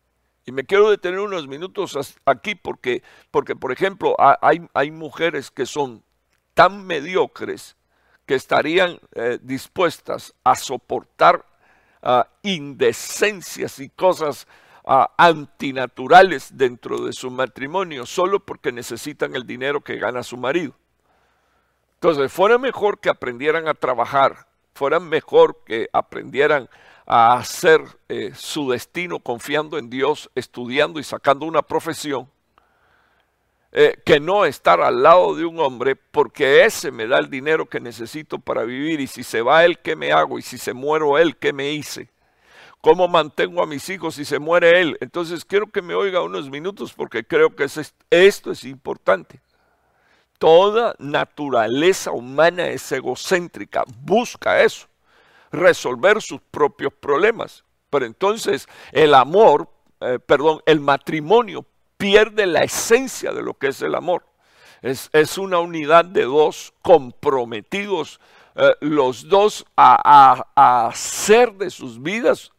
Y me quiero detener unos minutos aquí porque por ejemplo, hay mujeres que son tan mediocres que estarían dispuestas a soportar indecencias y cosas antinaturales dentro de su matrimonio solo porque necesitan el dinero que gana su marido. Entonces, fuera mejor que aprendieran a trabajar, fuera mejor que aprendieran a hacer su destino confiando en Dios, estudiando y sacando una profesión, que no estar al lado de un hombre porque ese me da el dinero que necesito para vivir, y si se va él, ¿qué me hago? Y si se muero él, ¿qué me hice? ¿Cómo mantengo a mis hijos si se muere él? Entonces quiero que me oiga unos minutos porque creo que esto es importante. Toda naturaleza humana es egocéntrica, busca eso, resolver sus propios problemas. Pero entonces el matrimonio pierde la esencia de lo que es el amor. Es una unidad de dos comprometidos, los dos a hacer de sus vidas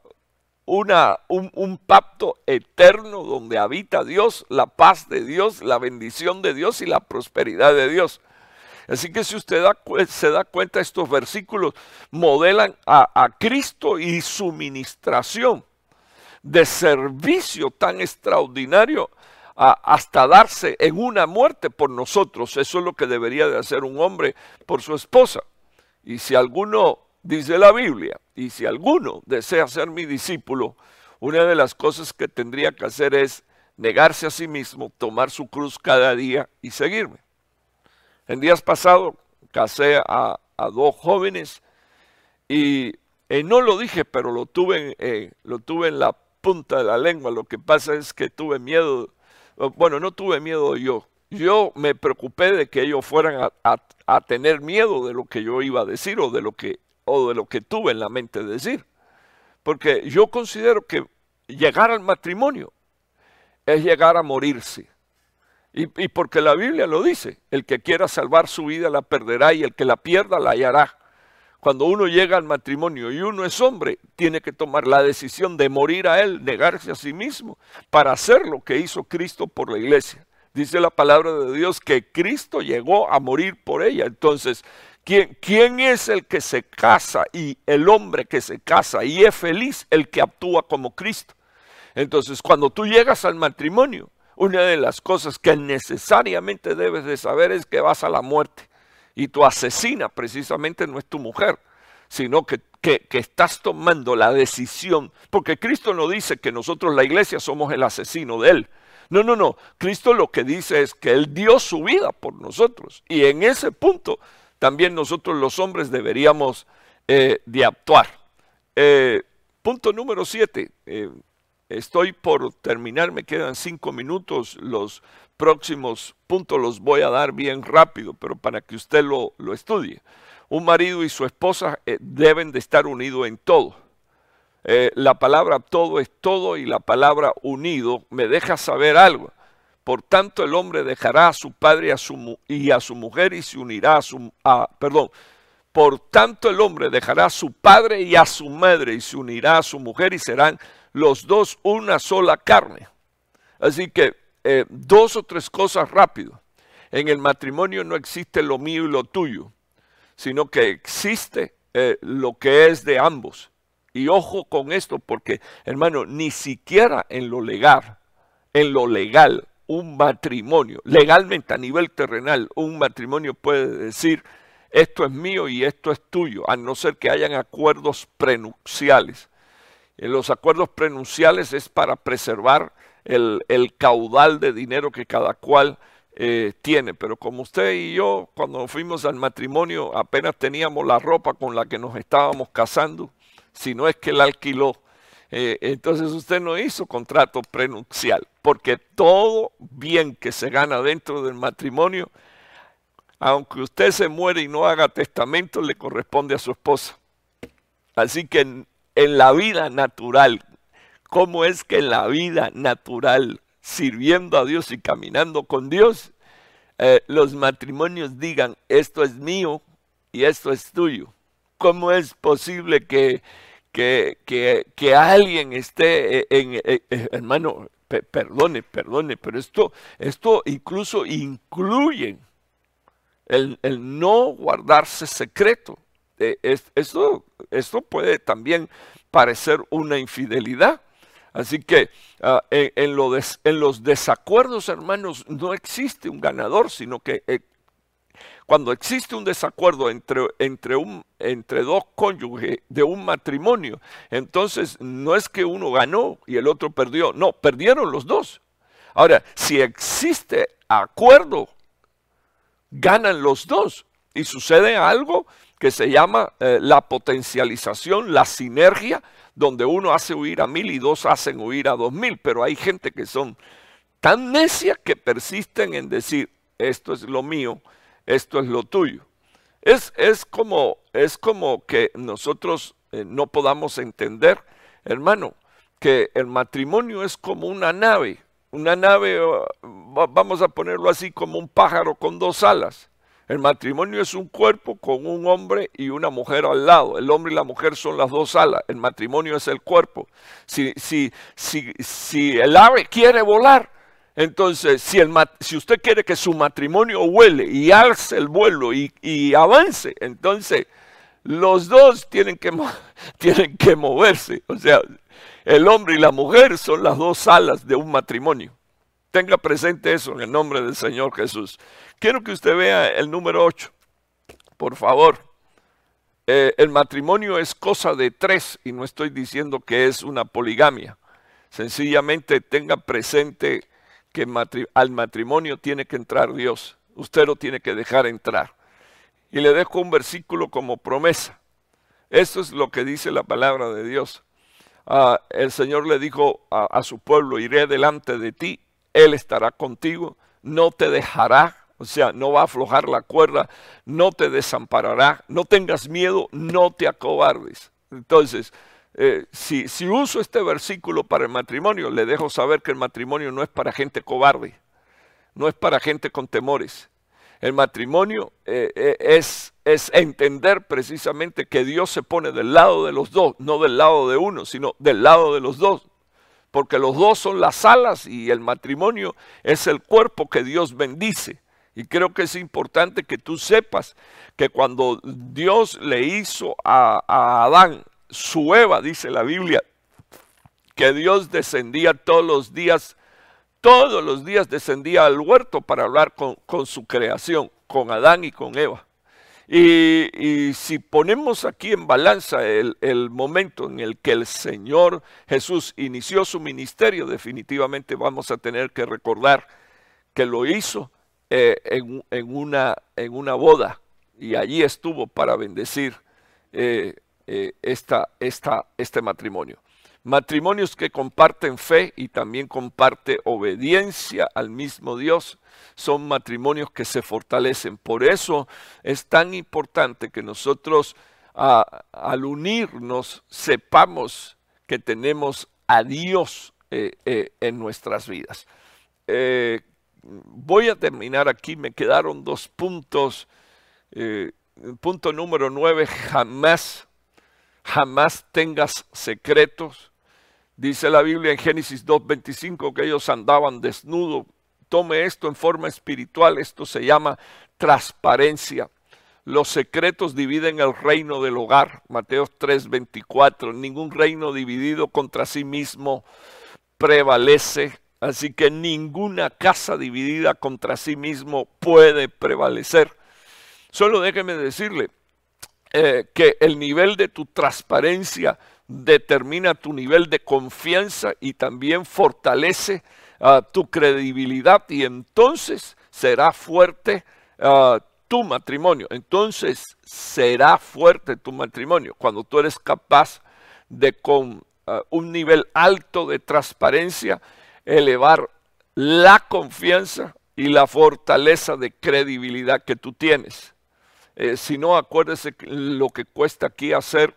un pacto eterno donde habita Dios, la paz de Dios, la bendición de Dios y la prosperidad de Dios. Así que si usted se da cuenta, estos versículos modelan a Cristo y su ministración de servicio tan extraordinario hasta darse en una muerte por nosotros. Eso es lo que debería de hacer un hombre por su esposa. Y si alguno, dice la Biblia, y si alguno desea ser mi discípulo, una de las cosas que tendría que hacer es negarse a sí mismo, tomar su cruz cada día y seguirme. En días pasados casé a dos jóvenes y no lo dije, pero lo tuve en la punta de la lengua. Lo que pasa es que tuve miedo, bueno, no tuve miedo yo me preocupé de que ellos fueran a tener miedo de lo que yo iba a decir o de lo que tuve en la mente decir. Porque yo considero que llegar al matrimonio es llegar a morirse. Y porque la Biblia lo dice, el que quiera salvar su vida la perderá y el que la pierda la hallará. Cuando uno llega al matrimonio y uno es hombre, tiene que tomar la decisión de morir a él, negarse a sí mismo, para hacer lo que hizo Cristo por la iglesia. Dice la palabra de Dios que Cristo llegó a morir por ella. Entonces, ¿quién es el que se casa y el hombre que se casa y es feliz? El que actúa como Cristo. Entonces, cuando tú llegas al matrimonio, una de las cosas que necesariamente debes de saber es que vas a la muerte. Y tu asesina precisamente no es tu mujer, sino que estás tomando la decisión. Porque Cristo no dice que nosotros, la iglesia, somos el asesino de él. No. Cristo lo que dice es que él dio su vida por nosotros. Y en ese punto también nosotros los hombres deberíamos de actuar. Punto número 7. Estoy por terminar, me quedan 5 minutos. Los próximos puntos los voy a dar bien rápido, pero para que usted lo estudie. Un marido y su esposa deben de estar unidos en todo. La palabra todo es todo y la palabra unido me deja saber algo. Por tanto, el hombre dejará a su padre y a su mujer y se unirá Por tanto, el hombre dejará a su padre y a su madre y se unirá a su mujer y serán los dos una sola carne. Así que 2 o 3 cosas rápido. En el matrimonio no existe lo mío y lo tuyo, sino que existe lo que es de ambos. Y ojo con esto porque, hermano, ni siquiera en lo legal, un matrimonio, legalmente a nivel terrenal, un matrimonio puede decir esto es mío y esto es tuyo, a no ser que hayan acuerdos prenupciales. Los acuerdos prenupciales es para preservar el caudal de dinero que cada cual tiene, pero como usted y yo cuando fuimos al matrimonio apenas teníamos la ropa con la que nos estábamos casando, si no es que la alquiló, entonces usted no hizo contrato prenupcial, porque todo bien que se gana dentro del matrimonio, aunque usted se muere y no haga testamento, le corresponde a su esposa. Así que en la vida natural, ¿cómo es que en la vida natural, sirviendo a Dios y caminando con Dios, los matrimonios digan, esto es mío y esto es tuyo? ¿Cómo es posible que que alguien esté hermano, perdone, pero esto incluso incluye el no guardarse secreto. Esto puede también parecer una infidelidad. Así que en los desacuerdos, hermanos, no existe un ganador, sino que cuando existe un desacuerdo entre dos cónyuges de un matrimonio, entonces no es que uno ganó y el otro perdió, no, perdieron los dos. Ahora, si existe acuerdo, ganan los dos y sucede algo que se llama la potencialización, la sinergia, donde uno hace huir a 1000 y dos hacen huir a 2000, pero hay gente que son tan necias que persisten en decir, esto es lo mío, esto es lo tuyo. Es como que nosotros no podamos entender, hermano, que el matrimonio es como una nave, vamos a ponerlo así, como un pájaro con dos alas. El matrimonio es un cuerpo con un hombre y una mujer al lado. El hombre y la mujer son las dos alas. El matrimonio es el cuerpo. Si el ave quiere volar, entonces si usted quiere que su matrimonio vuele y alce el vuelo y avance, entonces los dos tienen que moverse. O sea, el hombre y la mujer son las dos alas de un matrimonio. Tenga presente eso en el nombre del Señor Jesús. Quiero que usted vea el número 8, por favor. El matrimonio es cosa de tres y no estoy diciendo que es una poligamia. Sencillamente tenga presente que al matrimonio tiene que entrar Dios. Usted lo tiene que dejar entrar. Y le dejo un versículo como promesa. Esto es lo que dice la palabra de Dios. El Señor le dijo a su pueblo, iré delante de ti, Él estará contigo, no te dejará, o sea, no va a aflojar la cuerda, no te desamparará, no tengas miedo, no te acobardes. Entonces, si uso este versículo para el matrimonio, le dejo saber que el matrimonio no es para gente cobarde, no es para gente con temores. El matrimonio es entender precisamente que Dios se pone del lado de los dos, no del lado de uno, sino del lado de los dos. Porque los dos son las alas y el matrimonio es el cuerpo que Dios bendice. Y creo que es importante que tú sepas que cuando Dios le hizo a Adán su Eva, dice la Biblia, que Dios descendía todos los días descendía al huerto para hablar con su creación, con Adán y con Eva. Y si ponemos aquí en balanza el momento en el que el Señor Jesús inició su ministerio, definitivamente vamos a tener que recordar que lo hizo en una boda. Y allí estuvo para bendecir este matrimonio. Matrimonios que comparten fe y también comparte obediencia al mismo Dios son matrimonios que se fortalecen. Por eso es tan importante que nosotros al unirnos sepamos que tenemos a Dios en nuestras vidas. Voy a terminar aquí, me quedaron 2 puntos. Punto número 9, jamás tengas secretos. Dice la Biblia en Génesis 2:25 que ellos andaban desnudos. Tome esto en forma espiritual, esto se llama transparencia. Los secretos dividen el reino del hogar. Mateo 3:24. Ningún reino dividido contra sí mismo prevalece. Así que ninguna casa dividida contra sí mismo puede prevalecer. Solo déjeme decirle que el nivel de tu transparencia determina tu nivel de confianza y también fortalece tu credibilidad y entonces será fuerte tu matrimonio. Entonces será fuerte tu matrimonio cuando tú eres capaz de con un nivel alto de transparencia elevar la confianza y la fortaleza de credibilidad que tú tienes. Si no, acuérdese lo que cuesta aquí hacer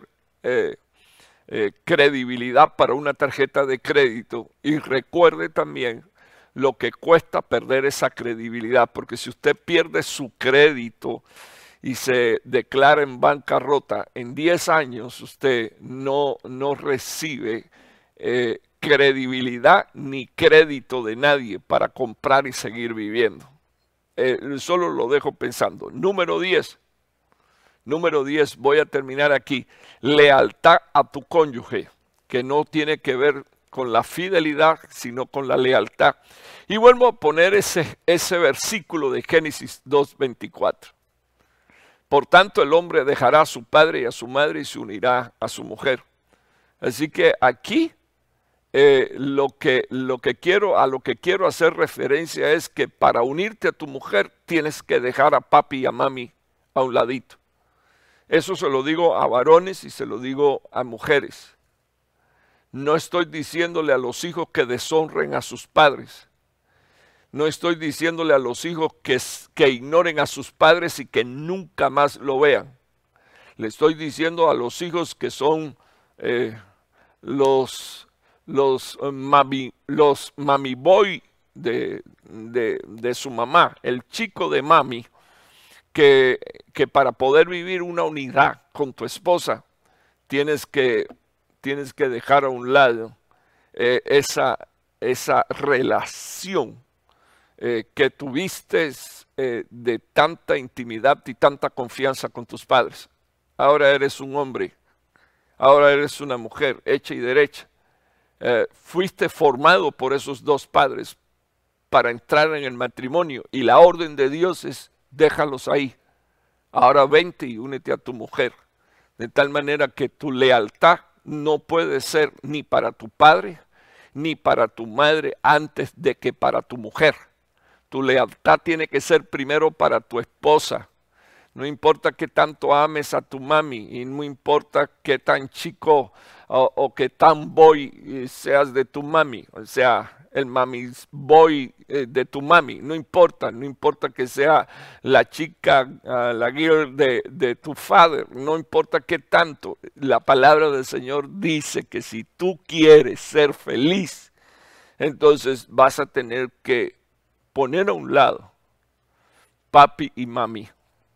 credibilidad para una tarjeta de crédito y recuerde también lo que cuesta perder esa credibilidad, porque si usted pierde su crédito y se declara en bancarrota, en 10 años usted no recibe credibilidad ni crédito de nadie para comprar y seguir viviendo. Solo lo dejo pensando. Número 10, voy a terminar aquí. Lealtad a tu cónyuge, que no tiene que ver con la fidelidad, sino con la lealtad. Y vuelvo a poner ese versículo de Génesis 2:24. Por tanto, el hombre dejará a su padre y a su madre y se unirá a su mujer. Así que aquí lo que quiero hacer referencia es que para unirte a tu mujer tienes que dejar a papi y a mami a un ladito. Eso se lo digo a varones y se lo digo a mujeres. No estoy diciéndole a los hijos que deshonren a sus padres. No estoy diciéndole a los hijos que ignoren a sus padres y que nunca más lo vean. Le estoy diciendo a los hijos que son los mami boy de su mamá, el chico de mami, que para poder vivir una unidad con tu esposa tienes que dejar a un lado esa relación que tuviste de tanta intimidad y tanta confianza con tus padres. Ahora eres un hombre, ahora eres una mujer hecha y derecha. Fuiste formado por esos dos padres para entrar en el matrimonio y la orden de Dios es déjalos ahí. Ahora vente y únete a tu mujer. De tal manera que tu lealtad no puede ser ni para tu padre ni para tu madre antes de que para tu mujer. Tu lealtad tiene que ser primero para tu esposa. No importa qué tanto ames a tu mami y no importa qué tan chico o qué tan boy seas de tu mami. O sea, el mami boy de tu mami. No importa que sea la chica, la girl de tu father. No importa qué tanto. La palabra del Señor dice que si tú quieres ser feliz, entonces vas a tener que poner a un lado papi y mami.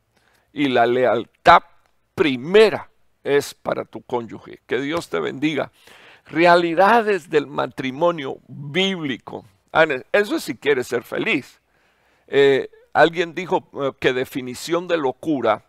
Y la lealtad primera es para tu cónyuge. Que Dios te bendiga. Realidades del matrimonio bíblico. Eso es si quieres ser feliz. Alguien dijo que definición de locura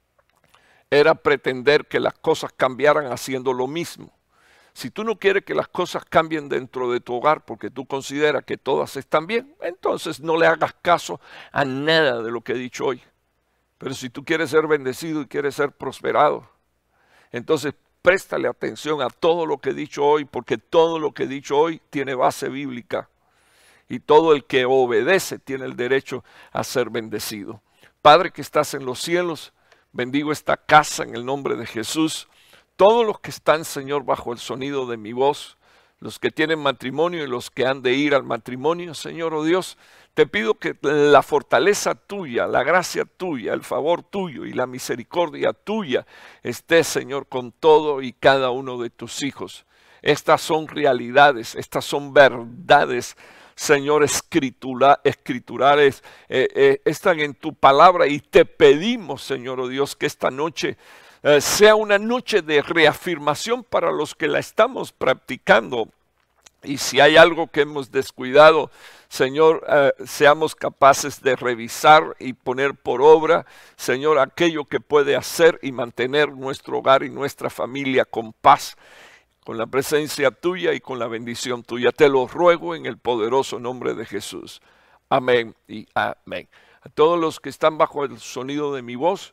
era pretender que las cosas cambiaran haciendo lo mismo. Si tú no quieres que las cosas cambien dentro de tu hogar porque tú consideras que todas están bien, entonces no le hagas caso a nada de lo que he dicho hoy. Pero si tú quieres ser bendecido y quieres ser prosperado, entonces préstale atención a todo lo que he dicho hoy, porque todo lo que he dicho hoy tiene base bíblica. Y todo el que obedece tiene el derecho a ser bendecido. Padre que estás en los cielos, bendigo esta casa en el nombre de Jesús. Todos los que están, Señor, bajo el sonido de mi voz, los que tienen matrimonio y los que han de ir al matrimonio, Señor, oh Dios, te pido que la fortaleza tuya, la gracia tuya, el favor tuyo y la misericordia tuya esté, Señor, con todo y cada uno de tus hijos. Estas son realidades, estas son verdades, Señor, escriturales, están en tu palabra y te pedimos, Señor, oh Dios, que esta noche sea una noche de reafirmación para los que la estamos practicando. Y si hay algo que hemos descuidado, Señor, seamos capaces de revisar y poner por obra, Señor, aquello que puede hacer y mantener nuestro hogar y nuestra familia con paz, con la presencia tuya y con la bendición tuya. Te lo ruego en el poderoso nombre de Jesús. Amén y amén. A todos los que están bajo el sonido de mi voz,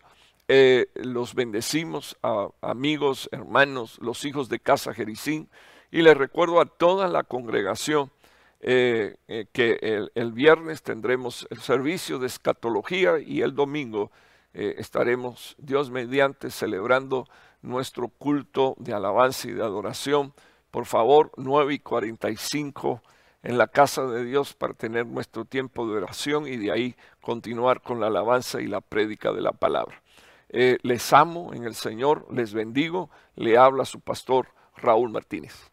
los bendecimos, a amigos, hermanos, los hijos de Casa Jericín. Y les recuerdo a toda la congregación que el viernes tendremos el servicio de escatología y el domingo estaremos, Dios mediante, celebrando nuestro culto de alabanza y de adoración. Por favor, 9:45 en la casa de Dios para tener nuestro tiempo de oración y de ahí continuar con la alabanza y la prédica de la palabra. Les amo en el Señor, les bendigo, le habla su pastor Raúl Martínez.